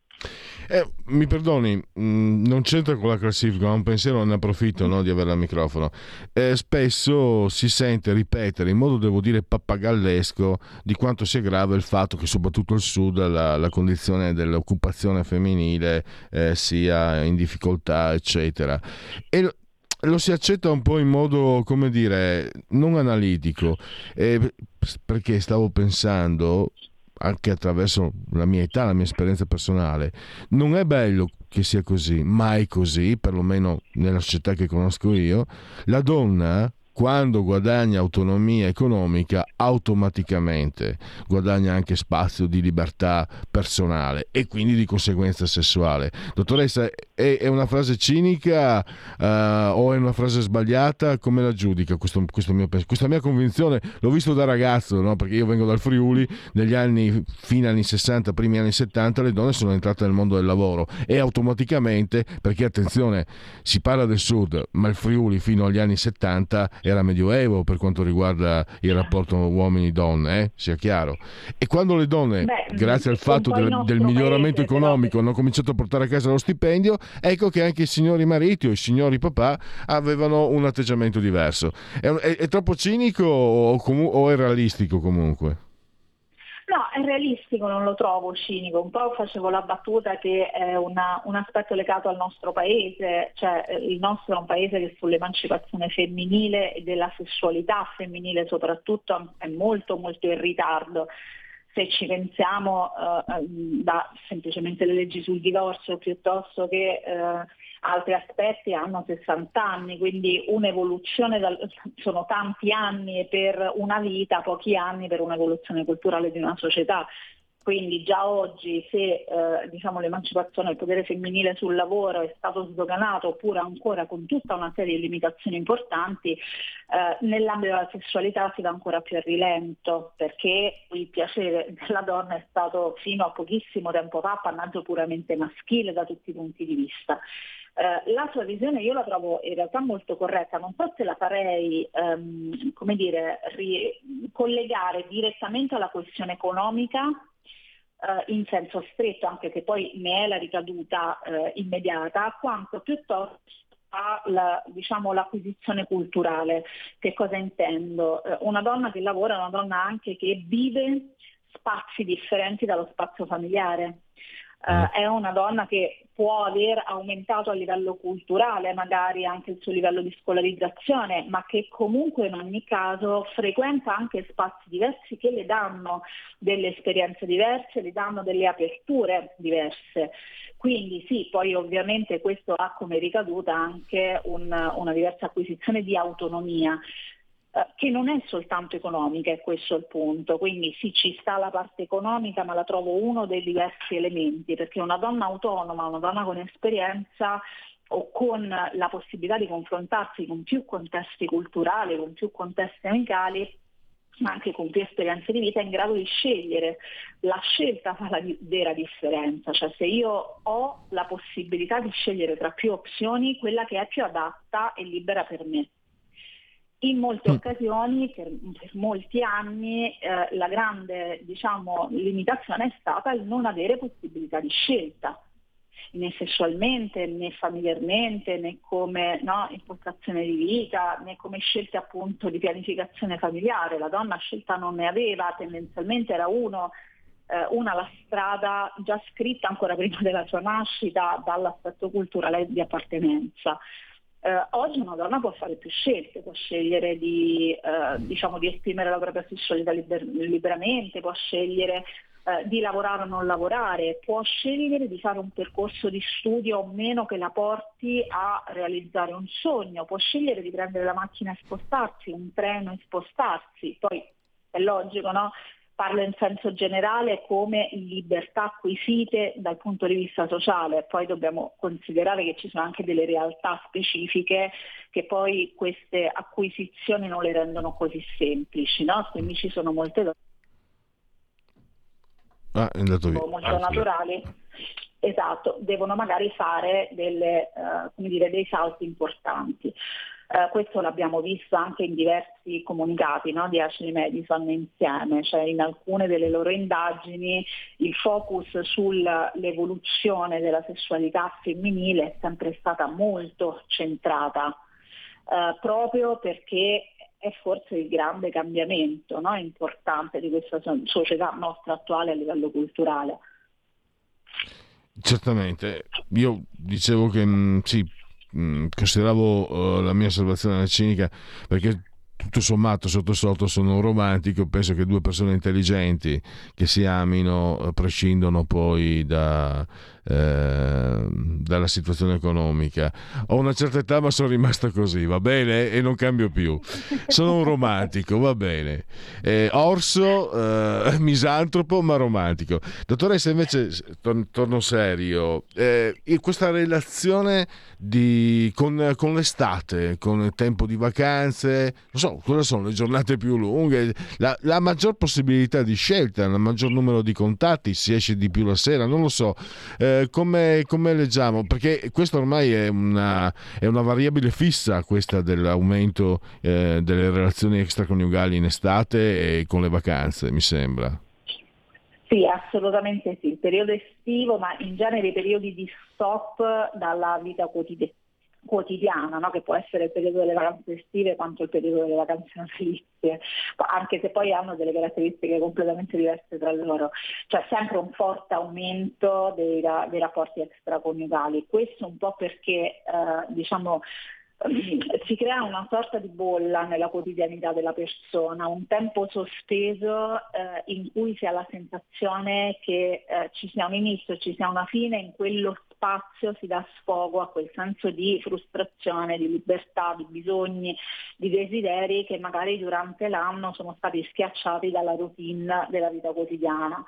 Eh, mi perdoni, mh, non c'entra con la classifica, ma un pensiero, ne approfitto, no, di avere al microfono. Eh, spesso si sente ripetere in modo, devo dire, pappagallesco di quanto sia grave il fatto che soprattutto al sud la, la condizione dell'occupazione femminile eh, sia in difficoltà, eccetera. E lo si accetta un po' in modo, come dire, non analitico, eh, perché stavo pensando, anche attraverso la mia età, la mia esperienza personale, non è bello che sia così, mai così, perlomeno nella società che conosco io. La donna quando guadagna autonomia economica automaticamente guadagna anche spazio di libertà personale e quindi di conseguenza sessuale. Dottoressa, è, è una frase cinica uh, o è una frase sbagliata? Come la giudica questo, questo mio, questa mia convinzione? L'ho visto da ragazzo, no? Perché io vengo dal Friuli, negli anni fine anni sessanta, primi anni settanta, le donne sono entrate nel mondo del lavoro e automaticamente, perché attenzione, si parla del sud, ma il Friuli fino agli anni settanta era medioevo per quanto riguarda il rapporto uomini-donne, eh? Sia chiaro. E quando le donne, Beh, grazie al fatto del, del miglioramento paese, economico, però... hanno cominciato a portare a casa lo stipendio, ecco che anche i signori mariti o i signori papà avevano un atteggiamento diverso. È, è, è troppo cinico o, comu- o è realistico comunque? No, è realistico, non lo trovo cinico. Un po' facevo la battuta che è una, un aspetto legato al nostro paese, cioè il nostro è un paese che sull'emancipazione femminile e della sessualità femminile soprattutto è molto molto in ritardo. Se ci pensiamo eh, da semplicemente le leggi sul divorzio piuttosto che eh, altri aspetti hanno sessanta anni, quindi un'evoluzione, dal, sono tanti anni per una vita, pochi anni per un'evoluzione culturale di una società. Quindi già oggi se eh, diciamo, l'emancipazione del potere femminile sul lavoro è stato sdoganato oppure ancora con tutta una serie di limitazioni importanti, eh, nell'ambito della sessualità si va ancora più a rilento perché il piacere della donna è stato fino a pochissimo tempo fa appannaggio puramente maschile da tutti i punti di vista. Uh, la sua visione io la trovo in realtà molto corretta, non so se la farei um, come dire, ri- collegare direttamente alla questione economica uh, in senso stretto, anche se poi ne è la ricaduta uh, immediata, quanto piuttosto alla, diciamo, l'acquisizione culturale. Che cosa intendo? Uh, una donna che lavora è una donna anche che vive spazi differenti dallo spazio familiare. Uh, è una donna che può aver aumentato a livello culturale magari anche il suo livello di scolarizzazione, ma che comunque in ogni caso frequenta anche spazi diversi che le danno delle esperienze diverse, le danno delle aperture diverse. Quindi sì, poi ovviamente questo ha come ricaduta anche un, una diversa acquisizione di autonomia, che non è soltanto economica, è questo il punto. Quindi sì, ci sta la parte economica, ma la trovo uno dei diversi elementi, perché una donna autonoma, una donna con esperienza o con la possibilità di confrontarsi con più contesti culturali, con più contesti amicali, ma anche con più esperienze di vita, è in grado di scegliere. La scelta fa la vera differenza, cioè se io ho la possibilità di scegliere tra più opzioni, quella che è più adatta e libera per me. In molte mm. occasioni, per, per molti anni, eh, la grande diciamo, limitazione è stata il non avere possibilità di scelta, né sessualmente, né familiarmente, né come no, impostazione di vita, né come scelte appunto di pianificazione familiare. La donna scelta non ne aveva, tendenzialmente era uno, eh, una la strada già scritta ancora prima della sua nascita dall'aspetto culturale di appartenenza. Uh, oggi una donna può fare più scelte, può scegliere di, uh, diciamo, di esprimere la propria sessualità liber- liberamente, può scegliere uh, di lavorare o non lavorare, può scegliere di fare un percorso di studio o meno che la porti a realizzare un sogno, può scegliere di prendere la macchina e spostarsi, un treno e spostarsi. Poi è logico, no? Parlo in senso generale come libertà acquisite dal punto di vista sociale, poi dobbiamo considerare che ci sono anche delle realtà specifiche che poi queste acquisizioni non le rendono così semplici, no? Quindi ci sono molte donne ah, è andato via. molto ah, naturali, esatto, devono magari fare delle, uh, come dire, dei salti importanti. Uh, questo l'abbiamo visto anche in diversi comunicati, no, di Ashley Madison insieme, cioè in alcune delle loro indagini il focus sull'evoluzione della sessualità femminile è sempre stata molto centrata, uh, proprio perché è forse il grande cambiamento, no, importante di questa società nostra attuale a livello culturale. Certamente, io dicevo che mh, sì, consideravo uh, la mia osservazione cinica perché tutto sommato sotto sotto sono un romantico, penso che due persone intelligenti che si amino prescindono poi da, eh, dalla situazione economica. Ho una certa età ma sono rimasto così, va bene, e non cambio più, sono un romantico, va bene, eh, orso, eh, misantropo ma romantico. Dottoressa, invece tor- torno serio, eh, questa relazione di, con, con l'estate, con il tempo di vacanze, non so, quelle sono le giornate più lunghe, la, la maggior possibilità di scelta, il maggior numero di contatti, si esce di più la sera, non lo so, eh, come, come leggiamo, perché questo ormai è una, è una variabile fissa, questa dell'aumento eh, delle relazioni extraconiugali in estate e con le vacanze, mi sembra. Sì, assolutamente sì, il periodo estivo, ma in genere i periodi di stop dalla vita quotidiana. quotidiana, no? Che può essere il periodo delle vacanze estive quanto il periodo delle vacanze natalizie, anche se poi hanno delle caratteristiche completamente diverse tra loro. C'è sempre un forte aumento dei, dei rapporti extraconiugali, questo un po' perché eh, diciamo si crea una sorta di bolla nella quotidianità della persona, un tempo sospeso eh, in cui si ha la sensazione che eh, ci sia un inizio, ci sia una fine, in quello spazio si dà sfogo a quel senso di frustrazione, di libertà, di bisogni, di desideri che magari durante l'anno sono stati schiacciati dalla routine della vita quotidiana.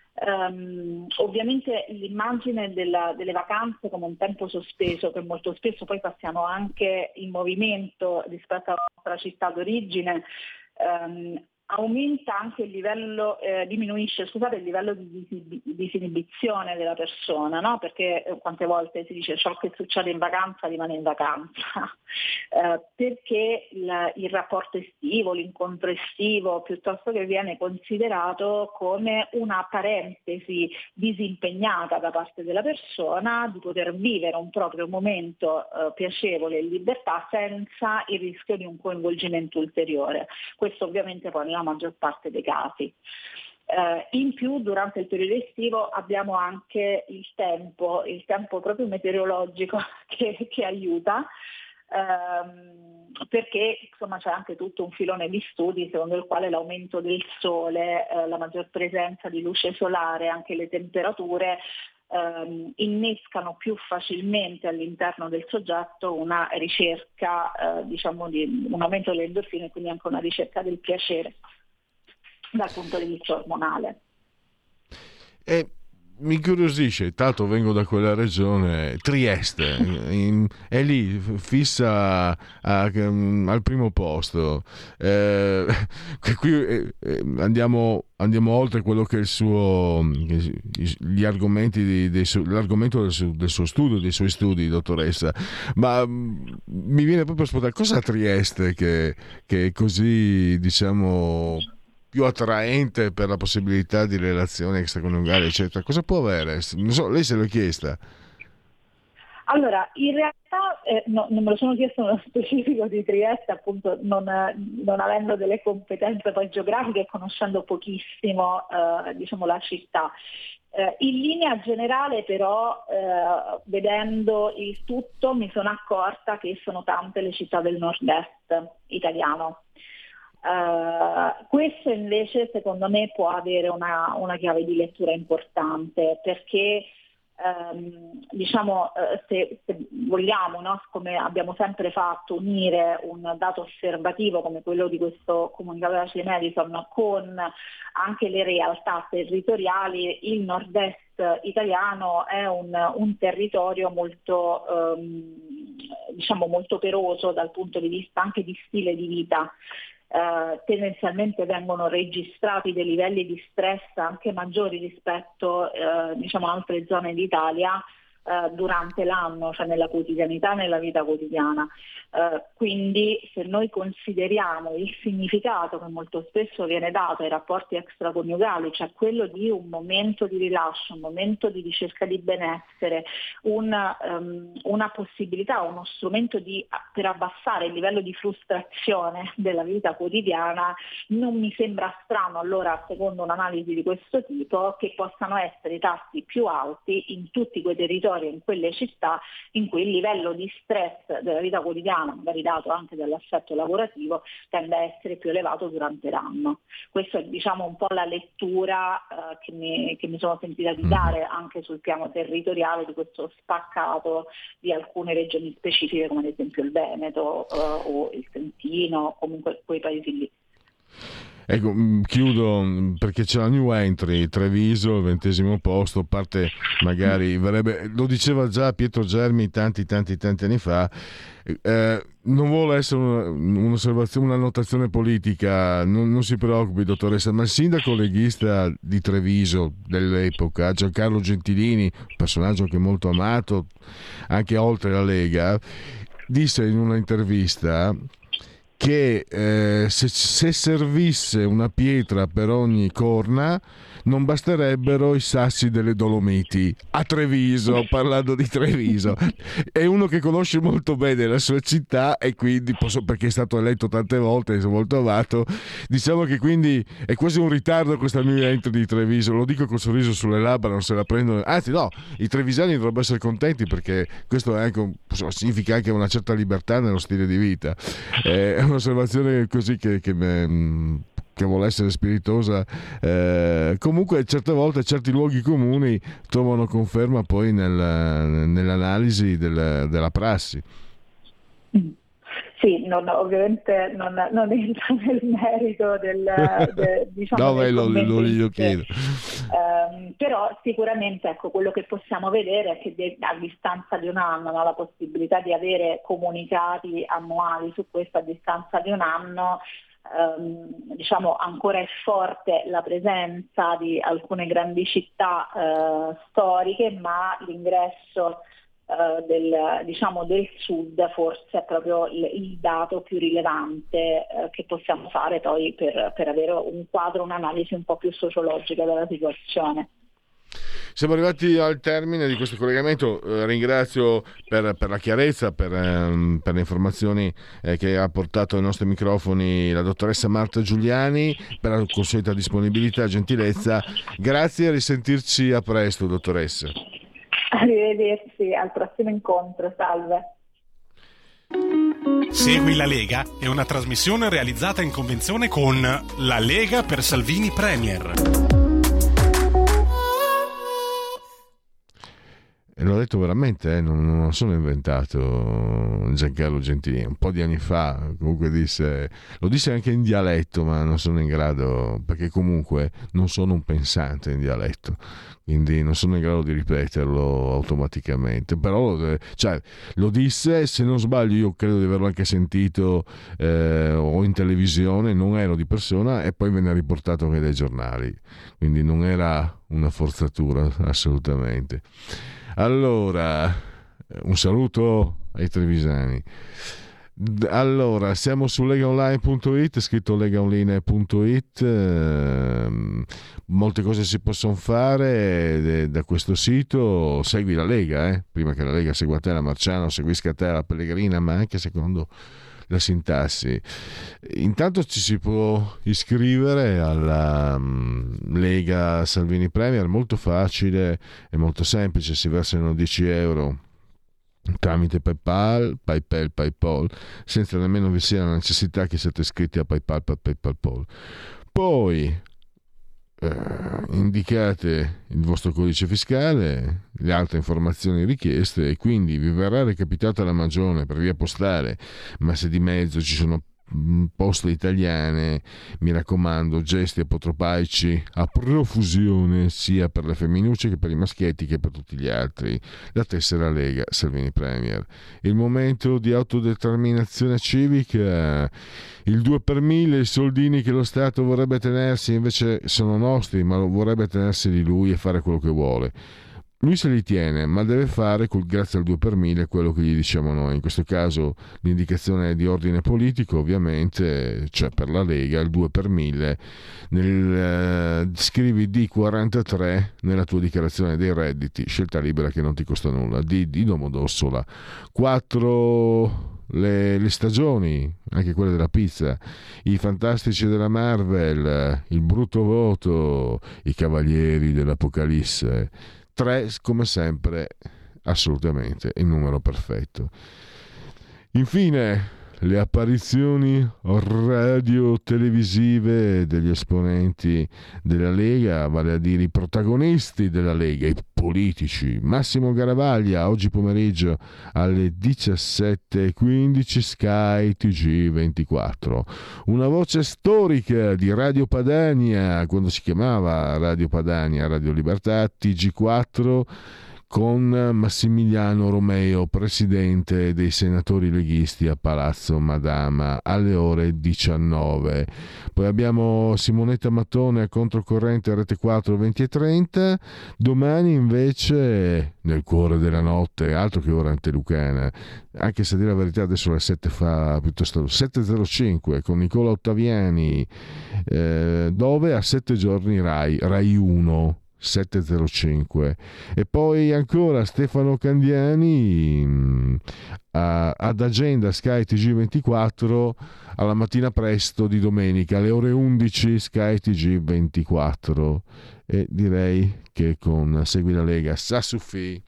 Um, ovviamente l'immagine della, delle vacanze come un tempo sospeso, che molto spesso poi passiamo anche in movimento rispetto alla nostra città d'origine, um, aumenta anche il livello, eh, diminuisce scusate, il livello di disinibizione della persona, no? Perché eh, quante volte si dice ciò che succede in vacanza rimane in vacanza, eh, perché il, il rapporto estivo, l'incontro estivo, piuttosto che viene considerato come una parentesi disimpegnata da parte della persona di poter vivere un proprio momento eh, piacevole in libertà senza il rischio di un coinvolgimento ulteriore. Questo ovviamente poi la maggior parte dei casi. Eh, in più durante il periodo estivo abbiamo anche il tempo, il tempo proprio meteorologico che, che aiuta, ehm, perché insomma c'è anche tutto un filone di studi secondo il quale l'aumento del sole, eh, la maggior presenza di luce solare, anche le temperature ehm, innescano più facilmente all'interno del soggetto una ricerca, eh, diciamo di un aumento delle endorfine e quindi anche una ricerca del piacere dal punto di vista ormonale. E mi incuriosisce, tanto vengo da quella regione, Trieste, in, è lì fissa a, a, al primo posto. Eh, qui eh, andiamo, andiamo oltre quello che è il suo, gli argomenti di, dei su, l'argomento del suo, del suo studio, dei suoi studi, dottoressa. Ma mi viene proprio a spuntare, cosa a Trieste che, che è così, diciamo, più attraente per la possibilità di relazioni extraconiugali, eccetera? Cosa può avere? Non so, lei se l'ha chiesta? Allora, in realtà eh, no, non me lo sono chiesto nello specifico di Trieste, appunto non, non avendo delle competenze poi geografiche e conoscendo pochissimo eh, diciamo la città. Eh, in linea generale però, eh, vedendo il tutto, mi sono accorta che sono tante le città del nord-est italiano. Uh, questo invece secondo me può avere una, una chiave di lettura importante, perché um, diciamo uh, se, se vogliamo, no, come abbiamo sempre fatto, unire un dato osservativo come quello di questo comunicato della C Medicon con anche le realtà territoriali, il nord-est italiano è un, un territorio molto um, diciamo molto operoso dal punto di vista anche di stile di vita. Uh, tendenzialmente vengono registrati dei livelli di stress anche maggiori rispetto uh, diciamo a altre zone d'Italia uh, durante l'anno, cioè nella quotidianità, nella vita quotidiana. Uh, quindi se noi consideriamo il significato che molto spesso viene dato ai rapporti extraconiugali, cioè quello di un momento di rilascio, un momento di ricerca di benessere, un, um, una possibilità, uno strumento di, per abbassare il livello di frustrazione della vita quotidiana, non mi sembra strano allora, secondo un'analisi di questo tipo, che possano essere i tassi più alti in tutti quei territori storia in quelle città in cui il livello di stress della vita quotidiana, magari dato anche dall'assetto lavorativo, tende a essere più elevato durante l'anno. Questa è, diciamo, un po' la lettura eh, che, mi, che mi sono sentita di dare anche sul piano territoriale di questo spaccato di alcune regioni specifiche, come ad esempio il Veneto eh, o il Trentino, comunque quei paesi lì. Ecco, chiudo perché c'è la new entry, Treviso, ventesimo posto, parte magari, verrebbe, lo diceva già Pietro Germi tanti tanti tanti anni fa, eh, non vuole essere una, un'osservazione, un'annotazione politica, non, non si preoccupi dottoressa, ma il sindaco leghista di Treviso dell'epoca, Giancarlo Gentilini, personaggio che è molto amato anche oltre la Lega, disse in una intervista che eh, se, se servisse una pietra per ogni corna non basterebbero i sassi delle Dolomiti a Treviso, parlando di Treviso. È uno che conosce molto bene la sua città e quindi, posso, perché è stato eletto tante volte, è molto amato, diciamo che quindi è quasi un ritardo questa new entry di Treviso, lo dico col sorriso sulle labbra, non se la prendono, anzi no, i trevisani dovrebbero essere contenti perché questo è anche un, significa anche una certa libertà nello stile di vita. È un'osservazione così che, che me, che vuole essere spiritosa, eh, comunque certe volte certi luoghi comuni trovano conferma poi nel, nell'analisi del, della prassi. Sì, non, ovviamente non, non entra nel merito del, de, diciamo, no, del lo, lo, lo chiedo. Um, però sicuramente, ecco, quello che possiamo vedere è che de, a distanza di un anno, no, la possibilità di avere comunicati annuali su questo a distanza di un anno, Um, diciamo ancora è forte la presenza di alcune grandi città uh, storiche, ma l'ingresso uh, del, diciamo, del sud forse è proprio il, il dato più rilevante uh, che possiamo fare poi per, per avere un quadro, un'analisi un po' più sociologica della situazione. Siamo arrivati al termine di questo collegamento, eh, ringrazio per, per la chiarezza, per, ehm, per le informazioni eh, che ha portato ai nostri microfoni la dottoressa Marta Giuliani, per la consueta disponibilità e gentilezza. Grazie, a risentirci a presto, dottoressa. Arrivederci, al prossimo incontro, salve. Segui la Lega è una trasmissione realizzata in convenzione con La Lega per Salvini Premier. E l'ho detto veramente, eh, non, non lo sono inventato Giancarlo Gentilini, un po' di anni fa, comunque disse, lo disse anche in dialetto, ma non sono in grado, perché comunque non sono un pensante in dialetto, quindi non sono in grado di ripeterlo automaticamente, però cioè, lo disse, se non sbaglio io credo di averlo anche sentito eh, o in televisione, non ero di persona, e poi venne riportato anche dai giornali, quindi non era una forzatura assolutamente. Allora, un saluto ai trevisani. Allora, siamo su legaonline punto it, scritto legaonline punto it, eh, molte cose si possono fare da questo sito. Segui la Lega, eh? Prima che la Lega segua te, la Marciano, seguisca te, la Pellegrina, ma anche secondo la sintassi. Intanto ci si può iscrivere alla um, Lega Salvini Premier, molto facile e molto semplice, si versano dieci euro tramite PayPal, PayPal, PayPal, senza nemmeno vi sia la necessità che siate iscritti a PayPal, PayPal, PayPal. Poi eh, indicate il vostro codice fiscale, le altre informazioni richieste, e quindi vi verrà recapitata la magione per via postale, ma se di mezzo ci sono poste italiane, mi raccomando, gesti apotropaici a profusione sia per le femminucce che per i maschietti che per tutti gli altri. La tessera Lega Salvini Premier. Il momento di autodeterminazione civica, il due per mille, i soldini che lo Stato vorrebbe tenersi invece sono nostri, ma vorrebbe tenersi di lui e fare quello che vuole. Lui se li tiene, ma deve fare, col, grazie al due per mille, quello che gli diciamo noi. In questo caso l'indicazione è di ordine politico, ovviamente, cioè per la Lega il due per mille. Nel, eh, scrivi D quarantatré nella tua dichiarazione dei redditi, scelta libera che non ti costa nulla. D di Domodossola. quattro le, le stagioni, anche quelle della pizza, i fantastici della Marvel, il brutto voto, i cavalieri dell'Apocalisse. Tre, come sempre, assolutamente il numero perfetto. Infine, le apparizioni radio-televisive degli esponenti della Lega, vale a dire i protagonisti della Lega, i politici. Massimo Garavaglia, oggi pomeriggio alle diciassette e quindici, Sky T G ventiquattro. Una voce storica di Radio Padania, quando si chiamava Radio Padania, Radio Libertà, T G quattro, con Massimiliano Romeo, presidente dei senatori leghisti a Palazzo Madama, alle ore diciannove. Poi abbiamo Simonetta Mattone a Controcorrente Rete quattro venti e trenta. Domani invece nel cuore della notte, altro che ora antelucana, anche se a dire la verità adesso le sette fa piuttosto sette e zero cinque con Nicola Ottaviani, eh, dove a sette giorni Rai, Rai uno. sette e zero cinque. E poi ancora Stefano Candiani mh, a, ad Agenda Sky T G ventiquattro alla mattina presto di domenica alle ore undici, Sky T G ventiquattro. E direi che con Segui la Lega Sassufi.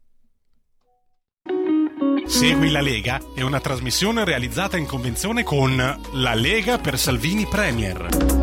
Segui la Lega è una trasmissione realizzata in convenzione con La Lega per Salvini Premier.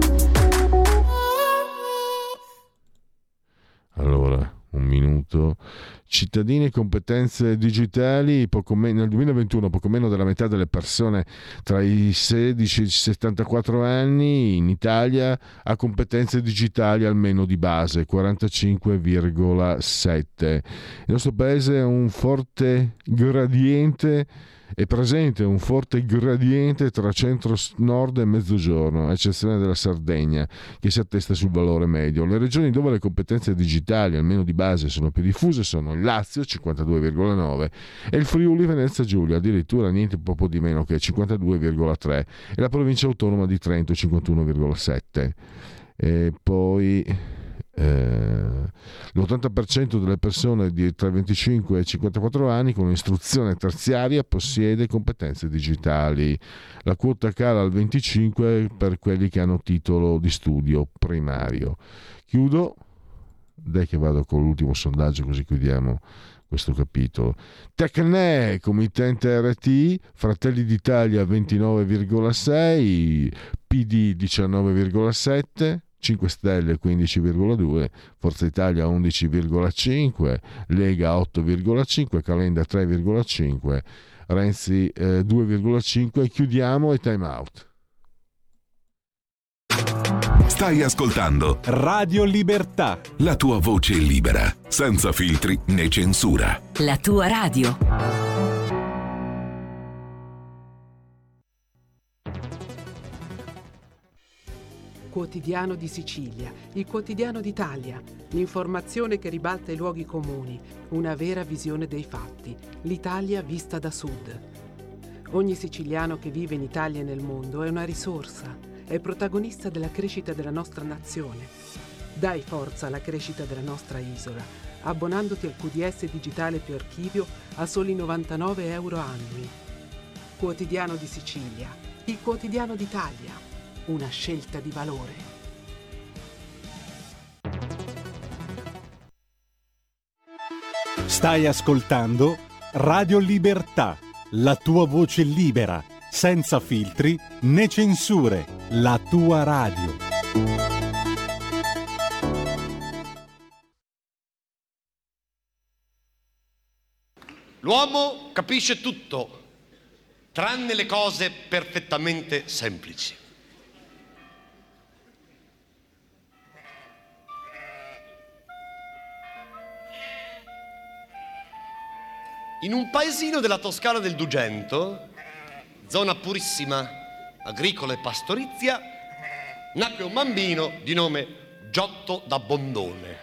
Allora, un minuto. Cittadini e competenze digitali, poco meno, nel duemilaventuno poco meno della metà delle persone tra i sedici e i settantaquattro anni in Italia ha competenze digitali almeno di base, quarantacinque virgola sette. Il nostro paese ha un forte gradiente è presente un forte gradiente tra centro-nord e mezzogiorno, a eccezione della Sardegna, che si attesta sul valore medio. Le regioni dove le competenze digitali, almeno di base, sono più diffuse sono il Lazio, cinquantadue virgola nove, e il Friuli Venezia Giulia, addirittura niente poco di meno che cinquantadue virgola tre, e la provincia autonoma di Trento, cinquantuno virgola sette. E poi Eh, l'ottanta per cento delle persone di tra i venticinque e i cinquantaquattro anni con istruzione terziaria possiede competenze digitali. La quota cala al venticinque per quelli che hanno titolo di studio primario. Chiudo, dai che vado con l'ultimo sondaggio così chiudiamo questo capitolo. Tecne, committente R T, Fratelli d'Italia ventinove virgola sei, P D diciannove virgola sette, cinque Stelle quindici virgola due, Forza Italia undici virgola cinque, Lega otto virgola cinque, Calenda tre virgola cinque, Renzi eh, due virgola cinque. Chiudiamo e time out. Stai ascoltando Radio Libertà, la tua voce libera, senza filtri né censura. La tua radio. Quotidiano di Sicilia, il quotidiano d'Italia, l'informazione che ribalta i luoghi comuni, una vera visione dei fatti, l'Italia vista da sud. Ogni siciliano che vive in Italia e nel mondo è una risorsa, è protagonista della crescita della nostra nazione. Dai forza alla crescita della nostra isola, abbonandoti al Q D S digitale più archivio a soli novantanove euro annui. Quotidiano di Sicilia, il quotidiano d'Italia. Una scelta di valore. Stai ascoltando Radio Libertà, la tua voce libera, senza filtri né censure, la tua radio. L'uomo capisce tutto, tranne le cose perfettamente semplici. In un paesino della Toscana del Dugento, zona purissima, agricola e pastorizia, nacque un bambino di nome Giotto da Bondone.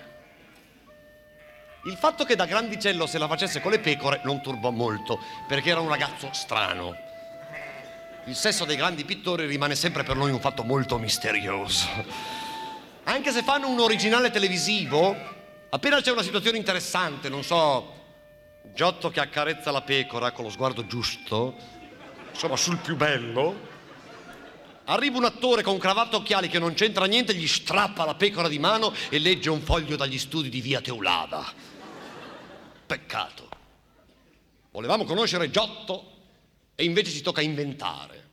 Il fatto che da grandicello se la facesse con le pecore non turbò molto, perché era un ragazzo strano. Il sesso dei grandi pittori rimane sempre per noi un fatto molto misterioso. Anche se fanno un originale televisivo, appena c'è una situazione interessante, non so, Giotto che accarezza la pecora con lo sguardo giusto, insomma sul più bello, arriva un attore con cravatta e occhiali che non c'entra niente, gli strappa la pecora di mano e legge un foglio dagli studi di via Teulada. Peccato. Volevamo conoscere Giotto e invece ci tocca inventare.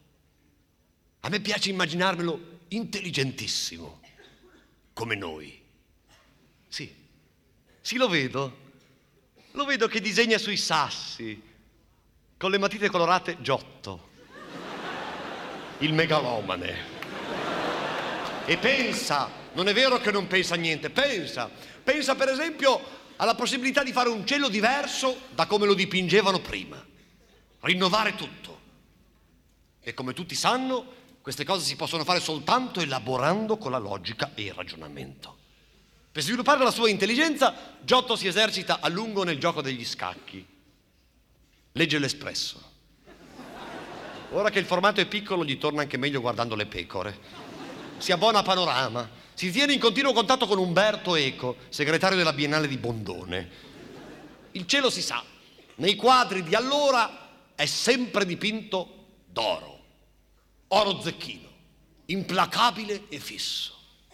A me piace immaginarmelo intelligentissimo, come noi. Sì, sì, lo vedo. Lo vedo che disegna sui sassi, con le matite colorate Giotto, il megalomane. E pensa, non è vero che non pensa a niente, pensa. Pensa per esempio alla possibilità di fare un cielo diverso da come lo dipingevano prima. Rinnovare tutto. E come tutti sanno, queste cose si possono fare soltanto elaborando con la logica e il ragionamento. Per sviluppare la sua intelligenza, Giotto si esercita a lungo nel gioco degli scacchi. Legge l'Espresso. Ora che il formato è piccolo, gli torna anche meglio guardando le pecore. Si abbona a Panorama. Si tiene in continuo contatto con Umberto Eco, segretario della Biennale di Bondone. Il cielo si sa, nei quadri di allora è sempre dipinto d'oro. Oro zecchino, implacabile e fisso.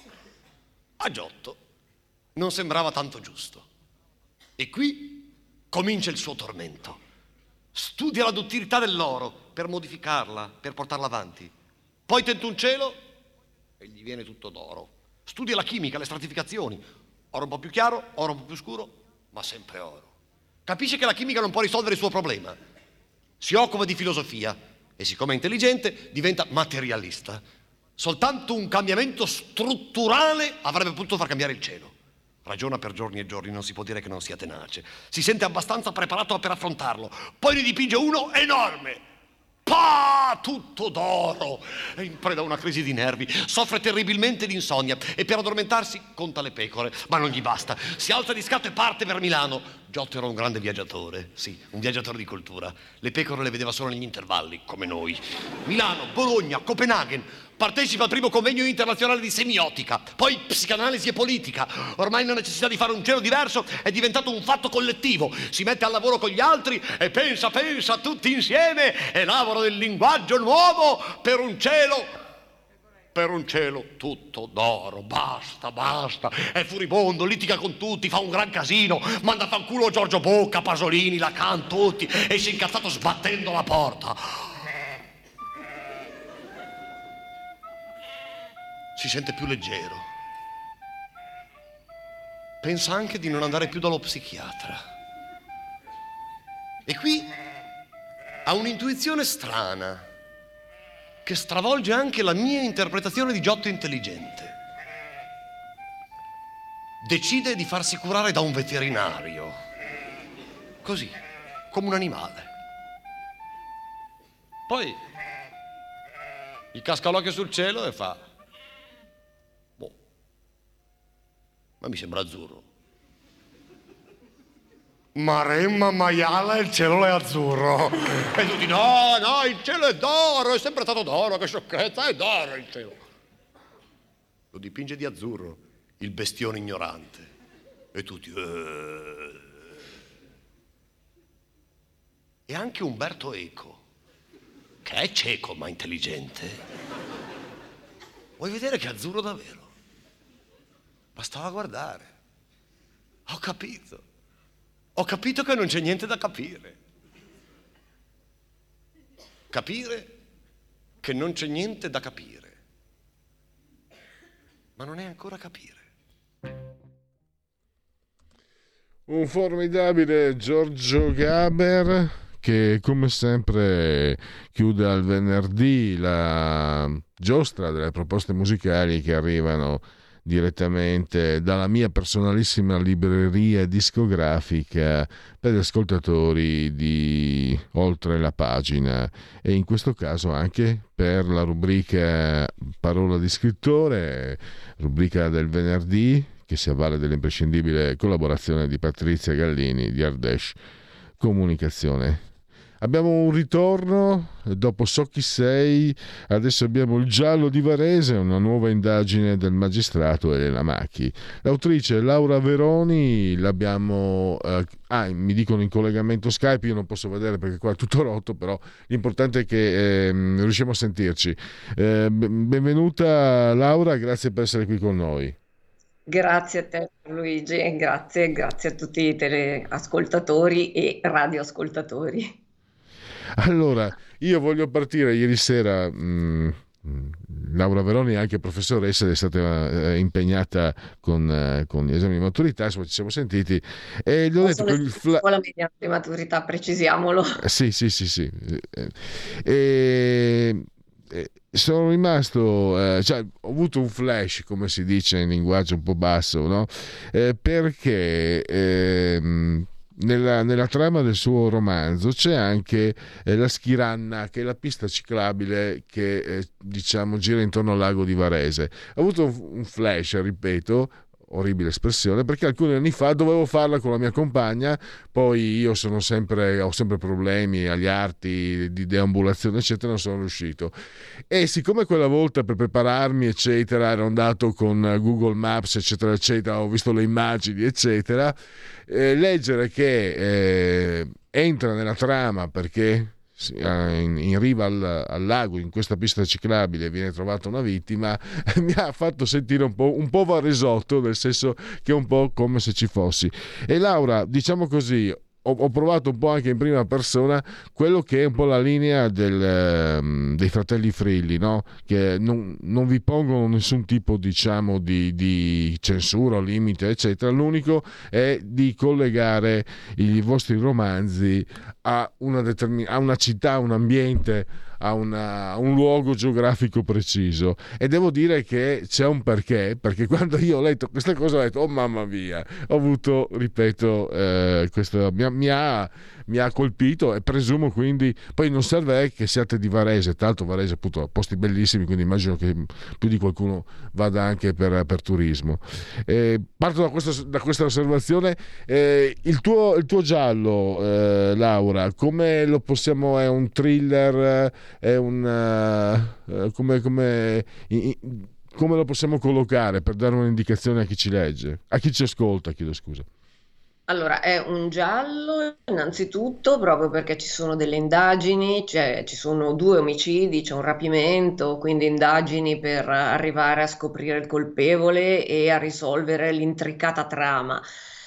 A Giotto non sembrava tanto giusto. E qui comincia il suo tormento. Studia la duttilità dell'oro per modificarla, per portarla avanti. Poi tenta un cielo e gli viene tutto d'oro. Studia la chimica, le stratificazioni. Oro un po' più chiaro, oro un po' più scuro, ma sempre oro. Capisce che la chimica non può risolvere il suo problema. Si occupa di filosofia e siccome è intelligente diventa materialista. Soltanto un cambiamento strutturale avrebbe potuto far cambiare il cielo. Ragiona per giorni e giorni, non si può dire che non sia tenace. Si sente abbastanza preparato per affrontarlo. Poi ne dipinge uno enorme. Pa! Tutto d'oro. È in preda a una crisi di nervi. Soffre terribilmente di insonnia e per addormentarsi conta le pecore. Ma non gli basta. Si alza di scatto e parte per Milano. Giotto era un grande viaggiatore. Sì, un viaggiatore di cultura. Le pecore le vedeva solo negli intervalli, come noi. Milano, Bologna, Copenaghen. Partecipa al primo convegno internazionale di semiotica, poi psicanalisi e politica. Ormai la necessità di fare un cielo diverso è diventato un fatto collettivo. Si mette al lavoro con gli altri e pensa, pensa tutti insieme, elabora del linguaggio nuovo per un cielo, per un cielo tutto d'oro. Basta, basta. È furibondo, litiga con tutti, fa un gran casino, manda a fanculo Giorgio Bocca, Pasolini, Lacan, tutti, e si è incazzato sbattendo la porta. Si sente più leggero. Pensa anche di non andare più dallo psichiatra. E qui ha un'intuizione strana che stravolge anche la mia interpretazione di Giotto intelligente. Decide di farsi curare da un veterinario. Così, come un animale. Poi gli casca l'occhio sul cielo e fa: ma mi sembra azzurro. Maremma maiala, il cielo è azzurro. E tutti, no, no, il cielo è d'oro, è sempre stato d'oro, che sciocchezza, è d'oro il cielo. Lo dipinge di azzurro, il bestione ignorante. E tutti, eh. E anche Umberto Eco, che è cieco ma intelligente. Vuoi vedere che è azzurro davvero? Bastava guardare. Ho capito. Ho capito che non c'è niente da capire. Capire che non c'è niente da capire. Ma non è ancora capire. Un formidabile Giorgio Gaber che come sempre chiude al venerdì la giostra delle proposte musicali che arrivano direttamente dalla mia personalissima libreria discografica per gli ascoltatori di Oltre la Pagina e in questo caso anche per la rubrica Parola di Scrittore, rubrica del venerdì che si avvale dell'imprescindibile collaborazione di Patrizia Gallini di Ardèche Comunicazione. Abbiamo un ritorno dopo So chi sei, adesso abbiamo Il giallo di Varese, una nuova indagine del magistrato Elena Macchi. L'autrice Laura Veroni l'abbiamo, eh, ah, mi dicono in collegamento Skype, io non posso vedere perché qua è tutto rotto, però l'importante è che eh, riusciamo a sentirci. Eh, benvenuta Laura, grazie per essere qui con noi. Grazie a te Luigi, e grazie, grazie a tutti i teleascoltatori e radioascoltatori. Allora, io voglio partire ieri sera. Mh, Laura Veroni, anche professoressa, è stata eh, impegnata con, eh, con gli esami di maturità, insomma, ci siamo sentiti e gli ho detto che il fla- scuola media di maturità, precisiamolo. Eh, sì, sì, sì, sì. Eh, e, e sono rimasto, eh, cioè, ho avuto un flash, come si dice in linguaggio un po' basso, no? Eh, perché ehm, Nella, nella trama del suo romanzo c'è anche eh, la Schiranna, che è la pista ciclabile che eh, diciamo gira intorno al lago di Varese. Ho avuto un, un flash, ripeto, orribile espressione, perché alcuni anni fa dovevo farla con la mia compagna, poi io sono sempre, ho sempre problemi agli arti di deambulazione eccetera, non sono riuscito, e siccome quella volta per prepararmi eccetera ero andato con Google Maps eccetera eccetera, ho visto le immagini eccetera, eh, leggere che eh, entra nella trama perché In, in riva al, al lago, in questa pista ciclabile, viene trovata una vittima, mi ha fatto sentire un po', un po' varesotto, nel senso che è un po' come se ci fossi. E Laura, diciamo così, ho, ho provato un po' anche in prima persona quello che è un po' la linea del, dei fratelli Frilli, no? Che non, non vi pongono nessun tipo, diciamo, di, di censura o limite eccetera, l'unico è di collegare i vostri romanzi a una, determin- a una città, a un ambiente, a, una, a un luogo geografico preciso, e devo dire che c'è un perché, perché quando io ho letto questa cosa ho detto oh mamma mia, ho avuto, ripeto, eh, questo mi ha, mi, ha, mi ha colpito, e presumo quindi, poi non serve che siate di Varese, tanto Varese appunto ha posti bellissimi, quindi immagino che più di qualcuno vada anche per, per turismo. Eh, parto da questa, da questa osservazione. Eh, il, tuo, il tuo giallo, eh, Laura, come lo possiamo, è un thriller, è un uh, come, come, come lo possiamo collocare per dare un'indicazione a chi ci legge, a chi ci ascolta, chiedo scusa. Allora, è un giallo innanzitutto proprio perché ci sono delle indagini, cioè ci sono due omicidi, c'è un rapimento, quindi indagini per arrivare a scoprire il colpevole e a risolvere l'intricata trama.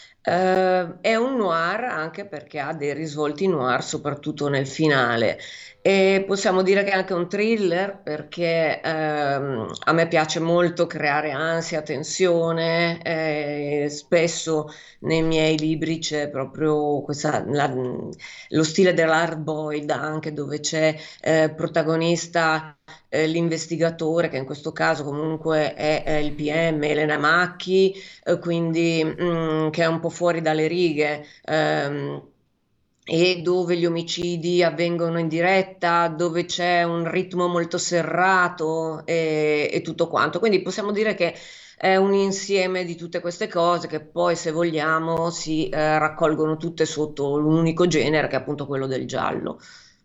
Uh, è un noir anche perché ha dei risvolti noir, soprattutto nel finale. E possiamo dire che è anche un thriller perché ehm, a me piace molto creare ansia, tensione, eh, spesso nei miei libri c'è proprio questa, la, lo stile dell'hard boiled, anche dove c'è eh, protagonista eh, l'investigatore, che in questo caso comunque è, è il P M Elena Macchi, eh, quindi mh, che è un po' fuori dalle righe, ehm, e dove gli omicidi avvengono in diretta, dove c'è un ritmo molto serrato e, e tutto quanto. Quindi possiamo dire che è un insieme di tutte queste cose che poi, se vogliamo, si eh, raccolgono tutte sotto un unico genere, che è appunto quello del giallo.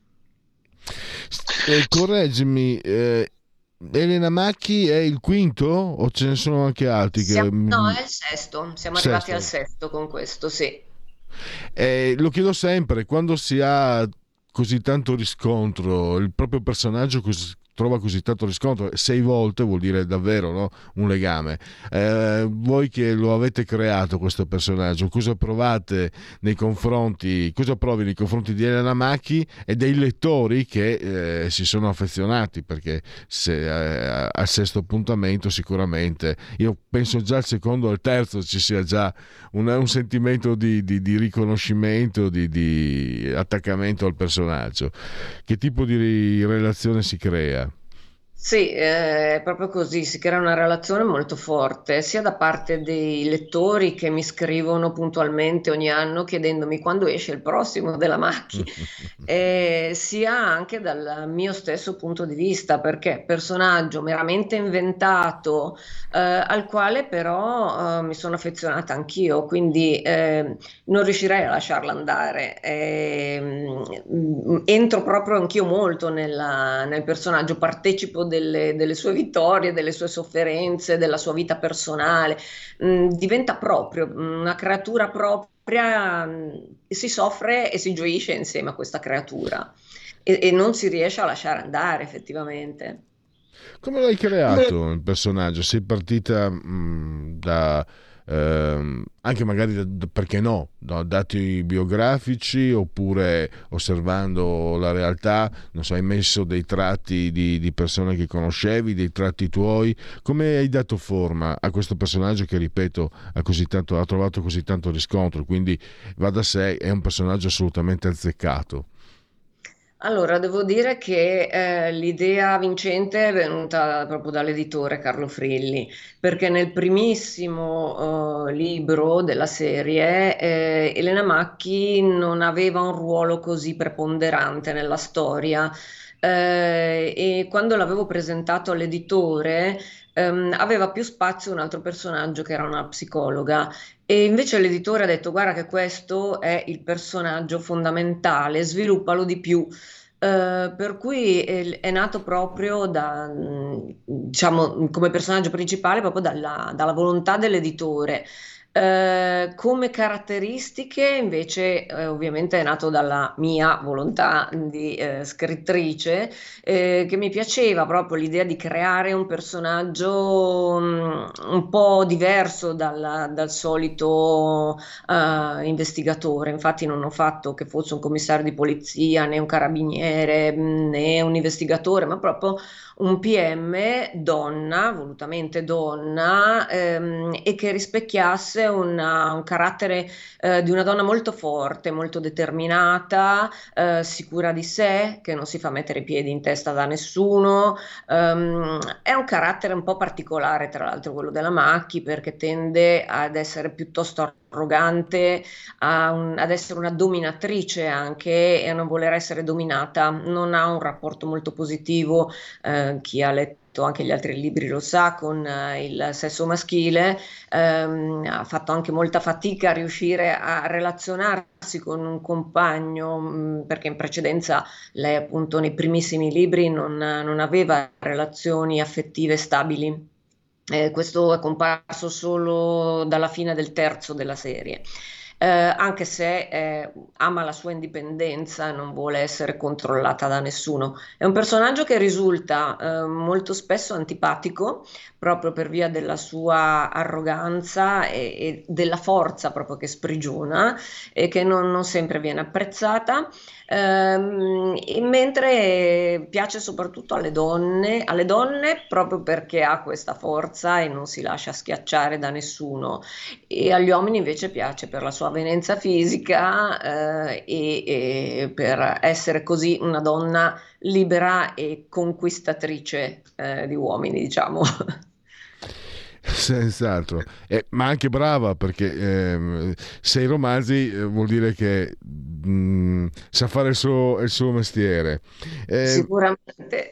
Eh, correggimi, eh, Elena Macchi è il quinto o ce ne sono anche altri? Che... Siamo, no, è il sesto, siamo sesto. arrivati al sesto con questo, sì. Eh, lo chiedo sempre, quando si ha così tanto riscontro, il proprio personaggio cos- trova così tanto riscontro, sei volte vuol dire davvero, no? Un legame. Eh, voi che lo avete creato questo personaggio, cosa provate nei confronti, cosa provi nei confronti di Elena Macchi e dei lettori che eh, si sono affezionati, perché se eh, al sesto appuntamento sicuramente, io penso già al secondo e al terzo ci sia già un, un sentimento di, di, di riconoscimento, di, di attaccamento al personaggio. Che tipo di relazione si crea? Sì, è proprio così, si crea una relazione molto forte, sia da parte dei lettori che mi scrivono puntualmente ogni anno chiedendomi quando esce il prossimo della Macchi, e sia anche dal mio stesso punto di vista, perché personaggio meramente inventato, eh, al quale però eh, mi sono affezionata anch'io, quindi eh, non riuscirei a lasciarla andare. Eh, entro proprio anch'io molto nella, nel personaggio, partecipo Delle, delle sue vittorie, delle sue sofferenze, della sua vita personale, mh, diventa proprio una creatura propria, mh, si soffre e si gioisce insieme a questa creatura e, e non si riesce a lasciare andare effettivamente. Come l'hai creato il personaggio? Sei partita mh, da ehm, anche magari da, da, perché no, da dati biografici, oppure osservando la realtà, non so, hai messo dei tratti di, di persone che conoscevi, dei tratti tuoi? Come hai dato forma a questo personaggio che, ripeto, ha così tanto, ha trovato così tanto riscontro, quindi va da sé, è un personaggio assolutamente azzeccato. Allora, devo dire che eh, l'idea vincente è venuta proprio dall'editore Carlo Frilli, perché nel primissimo eh, libro della serie eh, Elena Macchi non aveva un ruolo così preponderante nella storia. Eh, e quando l'avevo presentato all'editore ehm, aveva più spazio un altro personaggio che era una psicologa. E invece l'editore ha detto: guarda che questo è il personaggio fondamentale, sviluppalo di più. Uh, per cui è, è nato proprio da, diciamo, come personaggio principale proprio dalla, dalla volontà dell'editore. Uh, come caratteristiche invece uh, ovviamente è nato dalla mia volontà di uh, scrittrice, uh, che mi piaceva proprio l'idea di creare un personaggio um, un po' diverso dal, dal solito uh, investigatore. Infatti non ho fatto che fosse un commissario di polizia, né un carabiniere, né un investigatore, ma proprio un P M donna, volutamente donna, ehm, e che rispecchiasse una, un carattere eh, di una donna molto forte, molto determinata, eh, sicura di sé, che non si fa mettere i piedi in testa da nessuno. Um, è un carattere un po' particolare, tra l'altro, quello della Macchi, perché tende ad essere piuttosto arrogante, a un, ad essere una dominatrice anche, e a non voler essere dominata. Non ha un rapporto molto positivo, eh, chi ha letto anche gli altri libri lo sa, con eh, il sesso maschile. Ehm, ha fatto anche molta fatica a riuscire a relazionarsi con un compagno, mh, perché in precedenza lei appunto nei primissimi libri non, non aveva relazioni affettive stabili. Eh, questo è comparso solo dalla fine del terzo della serie, eh, anche se eh, ama la sua indipendenza e non vuole essere controllata da nessuno. È un personaggio che risulta eh, molto spesso antipatico, proprio per via della sua arroganza e, e della forza proprio che sprigiona, e che non, non sempre viene apprezzata. Ehm, mentre piace soprattutto alle donne, alle donne proprio perché ha questa forza e non si lascia schiacciare da nessuno, e agli uomini invece piace per la sua avvenenza fisica eh, e, e per essere così una donna libera e conquistatrice eh, di uomini, diciamo. Senz'altro, eh, ma anche brava, perché eh, sei romanzi eh, vuol dire che mh, sa fare il suo, il suo mestiere. Eh, Sicuramente.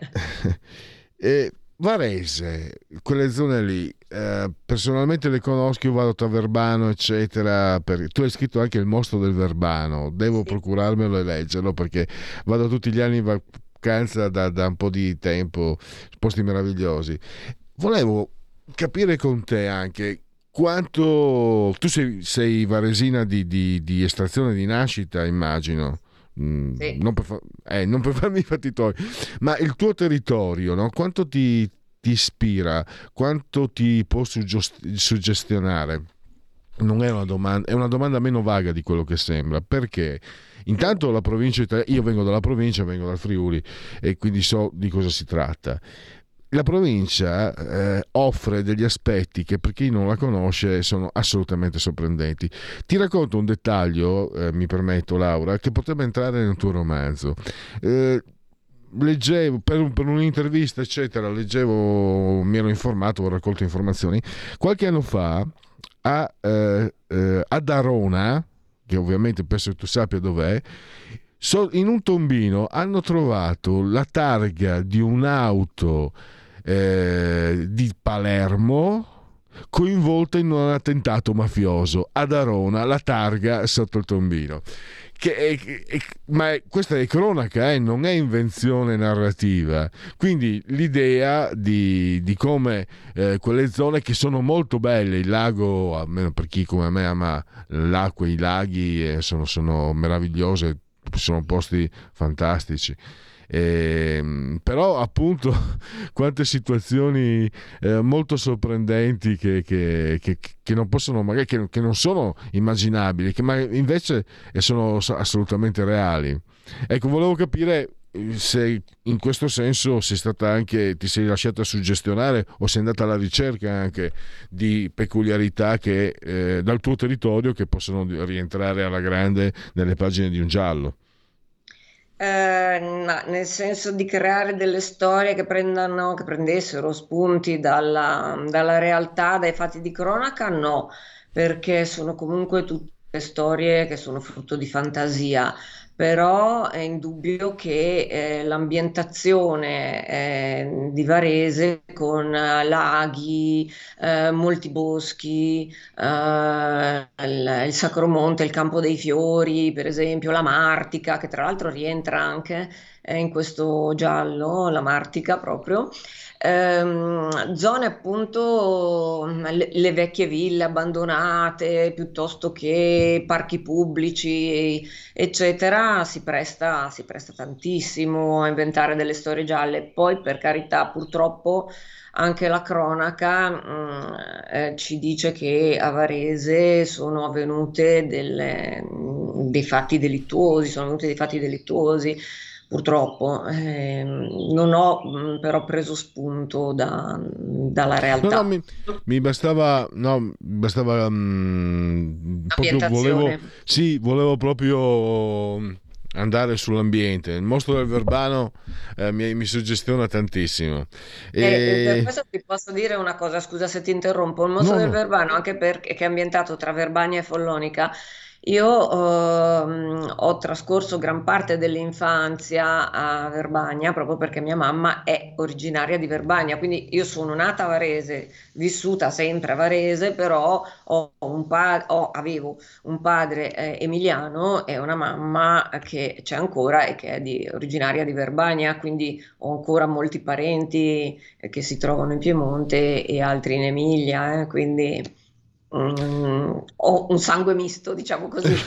eh, Varese, quelle zone lì, eh, personalmente le conosco, io vado tra Verbano eccetera, per... tu hai scritto anche Il mostro del Verbano, devo sì. procurarmelo e leggerlo, perché vado tutti gli anni in vacanza da, da un po' di tempo, posti meravigliosi. Volevo capire con te anche quanto tu sei, sei varesina di, di, di estrazione di nascita, immagino. Mm, sì. non, per fa- eh, non per farmi i fatti tuoi, ma il tuo territorio, no? Quanto ti, ti ispira, quanto ti può suggest- suggestionare? Non è una domanda, è una domanda meno vaga di quello che sembra, perché intanto la provincia, io vengo dalla provincia, vengo dal Friuli, e quindi so di cosa si tratta. La provincia eh, offre degli aspetti che, per chi non la conosce, sono assolutamente sorprendenti. Ti racconto un dettaglio, eh, mi permetto, Laura, che potrebbe entrare nel tuo romanzo. Eh, leggevo per, per un'intervista eccetera, leggevo, mi ero informato, ho raccolto informazioni qualche anno fa a, eh, eh, ad Arona, che ovviamente penso che tu sappia dov'è. So, in un tombino hanno trovato la targa di un'auto eh, di Palermo coinvolta in un attentato mafioso. Ad Arona, la targa sotto il tombino. Che è, è, ma è, questa è cronaca, eh, non è invenzione narrativa. Quindi l'idea di, di come eh, quelle zone che sono molto belle, il lago, almeno per chi come me ama l'acqua, i laghi eh, sono, sono meravigliose, sono posti fantastici, Eh, però appunto quante situazioni eh, molto sorprendenti che, che, che, che non possono magari che, che non sono immaginabili, che ma invece sono assolutamente reali. Ecco, volevo capire se in questo senso sei stata anche ti sei lasciata suggestionare o sei andata alla ricerca anche di peculiarità che eh, dal tuo territorio che possono rientrare alla grande nelle pagine di un giallo. Eh, no, nel senso di creare delle storie che prendano, che prendessero spunti dalla, dalla realtà, dai fatti di cronaca, no, perché sono comunque tutte storie che sono frutto di fantasia. Però è indubbio che eh, l'ambientazione eh, di Varese con eh, laghi, eh, molti boschi, eh, il, il Sacromonte, il Campo dei Fiori, per esempio, la Martica, che tra l'altro rientra anche eh, in questo giallo, la Martica proprio. Ehm, zone appunto le, le vecchie ville abbandonate piuttosto che parchi pubblici eccetera, si presta, si presta tantissimo a inventare delle storie gialle. Poi per carità, purtroppo anche la cronaca mh, eh, ci dice che a Varese sono avvenute delle, dei fatti delittuosi, sono avvenuti dei fatti delittuosi. Purtroppo eh, non ho mh, però preso spunto da, dalla realtà. No, no, mi, mi bastava, no, bastava mh, proprio volevo, sì, volevo proprio andare sull'ambiente. Il mostro del Verbano eh, mi, mi suggestiona tantissimo. E... Eh, per questo ti posso dire una cosa, scusa se ti interrompo. Il mostro no, del no. Verbano, anche perché che è ambientato tra Verbania e Follonica. Io ehm, ho trascorso gran parte dell'infanzia a Verbania proprio perché mia mamma è originaria di Verbania, quindi io sono nata a Varese, vissuta sempre a Varese, però ho un pa- ho, avevo un padre eh, emiliano e una mamma che c'è ancora e che è di, originaria di Verbania, quindi ho ancora molti parenti eh, che si trovano in Piemonte e altri in Emilia, eh, quindi... Mm, ho un sangue misto, diciamo così.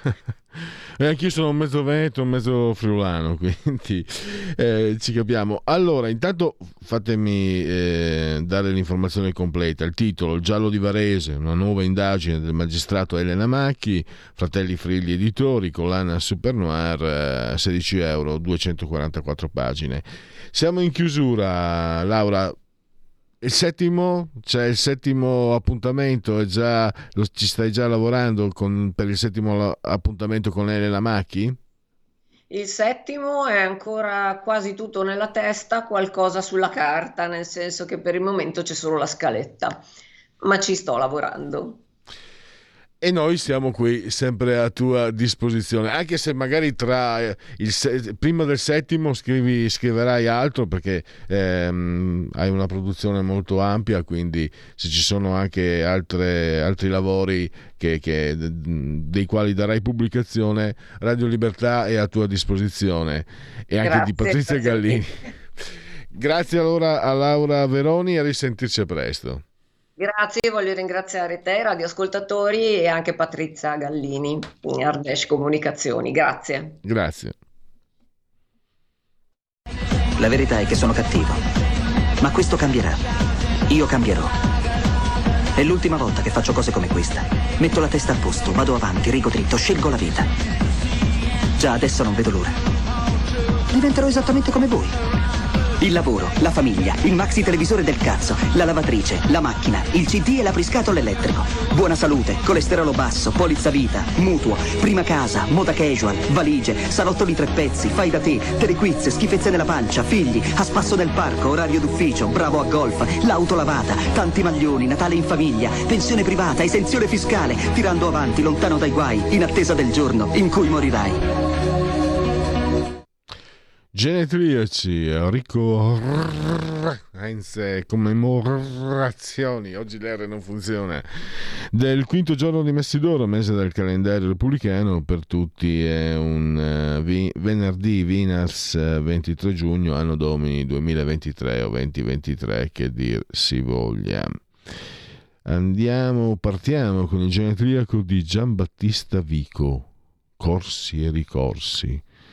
E anch'io sono mezzo veneto, mezzo friulano, quindi eh, ci capiamo. Allora, intanto fatemi eh, dare l'informazione completa. Il titolo: Il giallo di Varese, una nuova indagine del magistrato Elena Macchi, Fratelli Frilli Editori, collana Super Noir, eh, sedici euro, duecentoquarantaquattro pagine. Siamo in chiusura, Laura. Il settimo, c'è il settimo appuntamento, è già, lo, ci stai già lavorando con, per il settimo appuntamento con Elena Macchi? Il settimo è ancora quasi tutto nella testa, qualcosa sulla carta, nel senso che per il momento c'è solo la scaletta, ma ci sto lavorando. E noi siamo qui sempre a tua disposizione, anche se magari tra il prima del settimo scrivi, scriverai altro, perché ehm, hai una produzione molto ampia, quindi se ci sono anche altre, altri lavori che, che, dei quali darai pubblicazione, Radio Libertà è a tua disposizione, e anche grazie, di Patrizia Gallini. Grazie allora a Laura Veroni e a risentirci presto. Grazie, voglio ringraziare te, radioascoltatori, e anche Patrizia Gallini, Ardèche Comunicazioni. Grazie. Grazie. La verità è che sono cattivo, ma questo cambierà. Io cambierò. È l'ultima volta che faccio cose come questa. Metto la testa a posto, vado avanti, rigo dritto, scelgo la vita. Già adesso non vedo l'ora. Diventerò esattamente come voi. Il lavoro, la famiglia, il maxi televisore del cazzo, la lavatrice, la macchina, il C D e l'apriscatole elettrico. Buona salute, colesterolo basso, polizza vita, mutuo, prima casa, moda casual, valigie, salotto di tre pezzi, fai da te, telequiz, schifezze nella pancia, figli, a spasso nel parco, orario d'ufficio, bravo a golf, l'auto lavata, tanti maglioni, Natale in famiglia, pensione privata, esenzione fiscale, tirando avanti, lontano dai guai, in attesa del giorno in cui morirai. Genetriaci, Enrico Heinz, commemorazioni, oggi l'R non funziona, del quinto giorno di Messidoro, mese del calendario repubblicano. Per tutti è un uh, vi- venerdì, Vinars, ventitré giugno, anno domini duemilaventitré o duemilaventitré, che dir si voglia. Andiamo, partiamo con il genetriaco di Giambattista Vico, Corsi e ricorsi.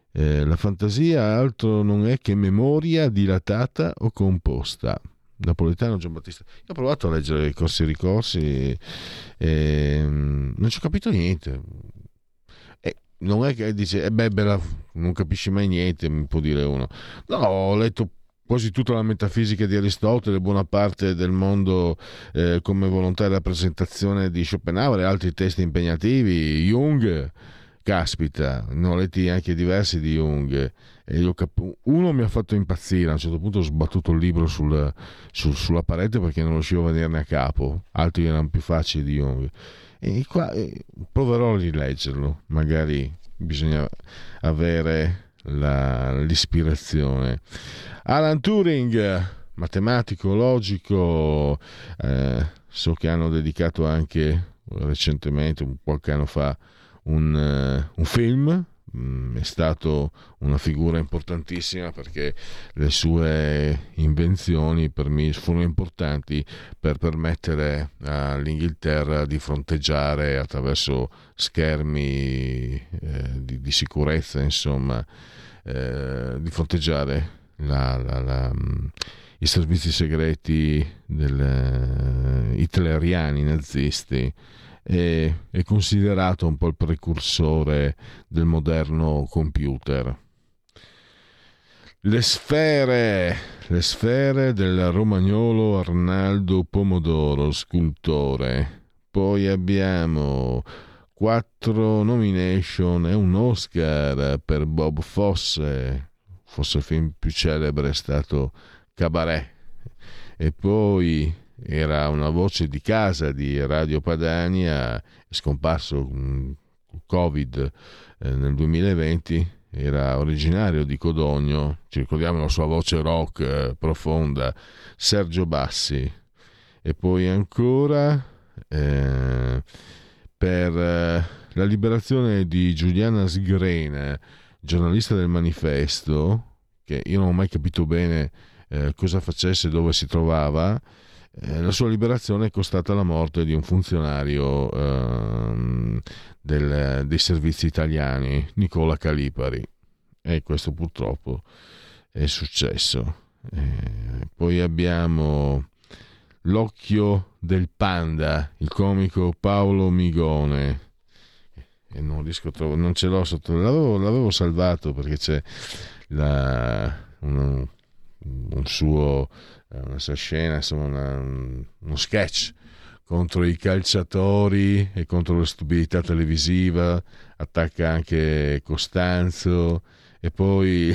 Eh, la fantasia altro non è che memoria dilatata o composta. Napoletano Giambattista. Io ho provato a leggere i corsi e ricorsi e, e non ci ho capito niente. E non è che dice eh beh, bella, non capisci mai niente, mi può dire uno. No, ho letto quasi tutta la metafisica di Aristotele, buona parte del mondo eh, come volontà e rappresentazione di Schopenhauer e altri testi impegnativi. Jung, caspita, ne ho letti anche diversi di Jung e io cap- uno mi ha fatto impazzire. A un certo punto ho sbattuto il libro sul, sul, sulla parete perché non riuscivo a venirne a capo, altri erano più facili di Jung e qua eh, proverò a rileggerlo, magari bisogna avere la, l'ispirazione. Alan Turing, matematico, logico, eh, so che hanno dedicato anche recentemente, qualche anno fa, un, uh, un film. Mm, è stato una figura importantissima perché le sue invenzioni per me furono importanti per permettere all'Inghilterra di fronteggiare attraverso schermi eh, di, di sicurezza, insomma, eh, di fronteggiare la, la, la, i servizi segreti del, uh, hitleriani, nazisti. È, è considerato un po' il precursore del moderno computer. Le sfere, le sfere del romagnolo Arnaldo Pomodoro, scultore. Poi abbiamo quattro nomination e un Oscar per Bob Fosse. Forse il film più celebre è stato Cabaret. E poi era una voce di casa di Radio Padania, è scomparso con Covid eh, nel duemilaventi, era originario di Codogno, ci ricordiamo la sua voce rock eh, profonda, Sergio Bassi. E poi ancora eh, per eh, la liberazione di Giuliana Sgrena, giornalista del Manifesto, che io non ho mai capito bene eh, cosa facesse, dove si trovava. La sua liberazione è costata la morte di un funzionario eh, del, dei servizi italiani, Nicola Calipari, e questo purtroppo è successo. Eh, poi abbiamo L'occhio del panda, il comico Paolo Migone, e non riesco a trovare, non ce l'ho sotto, l'avevo, l'avevo salvato perché c'è la, un, un suo una sua scena, insomma una, uno sketch contro i calciatori e contro la stupidità televisiva, attacca anche Costanzo e poi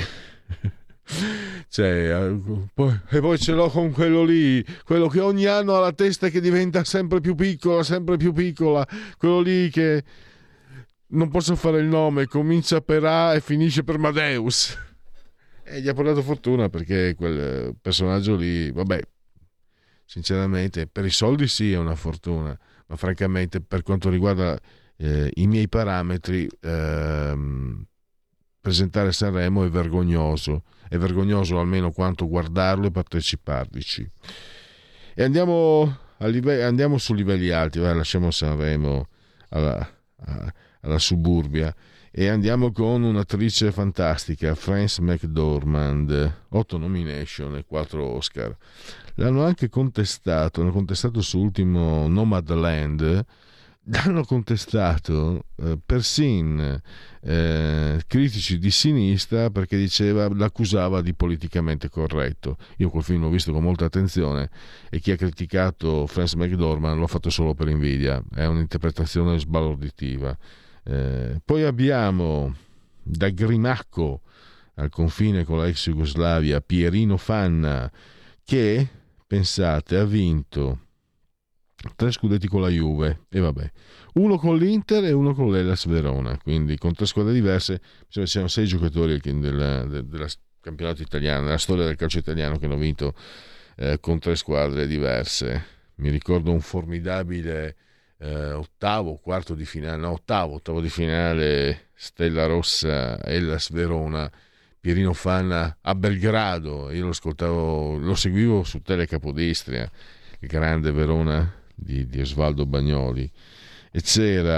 cioè, poi, e poi ce l'ho con quello lì, quello che ogni anno ha la testa che diventa sempre più piccola, sempre più piccola, quello lì che non posso fare il nome, comincia per A e finisce per Madeus. E gli ha portato fortuna perché quel personaggio lì, vabbè, sinceramente per i soldi sì è una fortuna, ma francamente per quanto riguarda eh, i miei parametri ehm, presentare Sanremo è vergognoso, è vergognoso almeno quanto guardarlo e parteciparvici. E andiamo, a live- andiamo su livelli alti, vai, lasciamo Sanremo alla, alla suburbia. E andiamo con un'attrice fantastica, Frances McDormand, otto nomination e quattro Oscar. L'hanno anche contestato, hanno contestato il suo ultimo Nomadland, l'hanno contestato eh, persino eh, critici di sinistra perché diceva, l'accusava di politicamente corretto. Io quel film l'ho visto con molta attenzione e chi ha criticato Frances McDormand l'ha fatto solo per invidia, è un'interpretazione sbalorditiva. Eh, poi abbiamo da Grimacco al confine con la ex Jugoslavia Pierino Fanna che, pensate, ha vinto tre scudetti con la Juve e vabbè, uno con l'Inter e uno con l'Hellas Verona, quindi con tre squadre diverse. Ci siamo sei giocatori del, del, del campionato italiano, nella storia del calcio italiano, che hanno vinto eh, con tre squadre diverse. Mi ricordo un formidabile Eh, ottavo, quarto di finale, no, ottavo, ottavo di finale, Stella Rossa, Hellas Verona, Pierino Fanna a Belgrado. Io lo ascoltavo, lo seguivo su Tele Capodistria, il grande Verona di, di Osvaldo Bagnoli, e c'era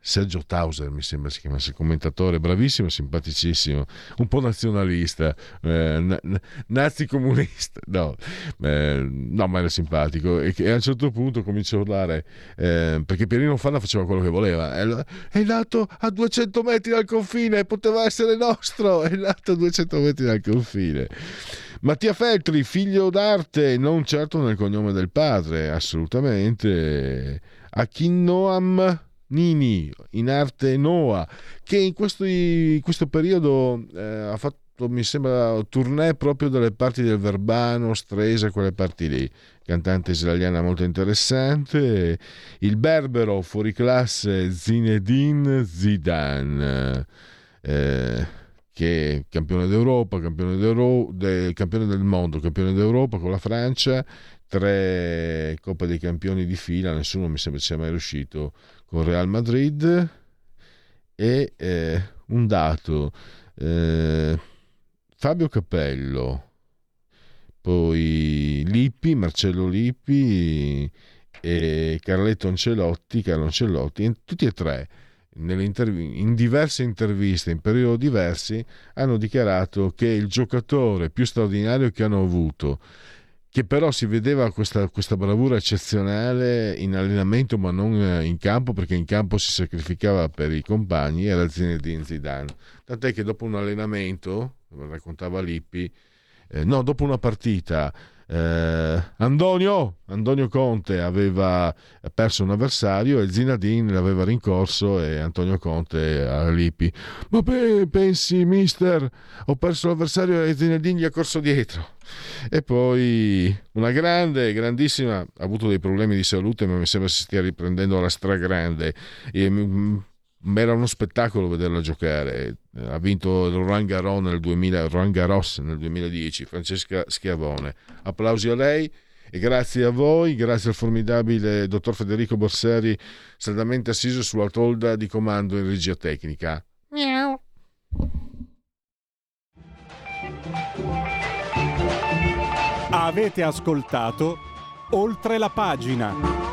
Sergio Tauser mi sembra si chiamasse, il commentatore, bravissimo, simpaticissimo, un po' nazionalista, eh, na- nazi comunista, no, eh, no, ma era simpatico, e, e a un certo punto comincia a urlare, eh, perché Pierino Fanna faceva quello che voleva, è, è nato a duecento metri dal confine, poteva essere nostro, è nato a duecento metri dal confine. Mattia Feltri, figlio d'arte, non certo nel cognome del padre, assolutamente. Achinoam Nini, in arte Noah, che in questo, in questo periodo eh, ha fatto, mi sembra, tournée proprio dalle parti del Verbano, Stresa, quelle parti lì. Cantante israeliana molto interessante. Il berbero fuori classe Zinedine Zidane, eh, che è campione d'Europa, campione, d'Euro, de, campione del mondo, campione d'Europa con la Francia, tre Coppe dei Campioni di fila, nessuno mi sembra sia mai riuscito con Real Madrid. E eh, un dato, eh, Fabio Capello, poi Lippi, Marcello Lippi e Carletto Ancelotti, Carlo Ancelotti, tutti e tre nelle interv- in diverse interviste in periodi diversi hanno dichiarato che il giocatore più straordinario che hanno avuto, che però si vedeva questa, questa bravura eccezionale in allenamento ma non in campo, perché in campo si sacrificava per i compagni, era Zinedine Zidane. Tant'è che dopo un allenamento, raccontava Lippi, eh, no, dopo una partita, eh, Antonio, Antonio Conte aveva perso un avversario e Zinedine l'aveva rincorso, e Antonio Conte a Lippi: ma beh, pensi mister, ho perso l'avversario e Zinedine gli ha corso dietro. E poi una grande, grandissima, ha avuto dei problemi di salute ma mi sembra si stia riprendendo alla stragrande, e m- era uno spettacolo vederla giocare. Ha vinto il Roland Garros nel duemila, Roland Garros nel duemiladieci, Francesca Schiavone. Applausi a lei e grazie a voi, grazie al formidabile dottor Federico Borseri, saldamente assiso sulla tolda di comando in regia tecnica. Miau. Avete ascoltato Oltre la pagina.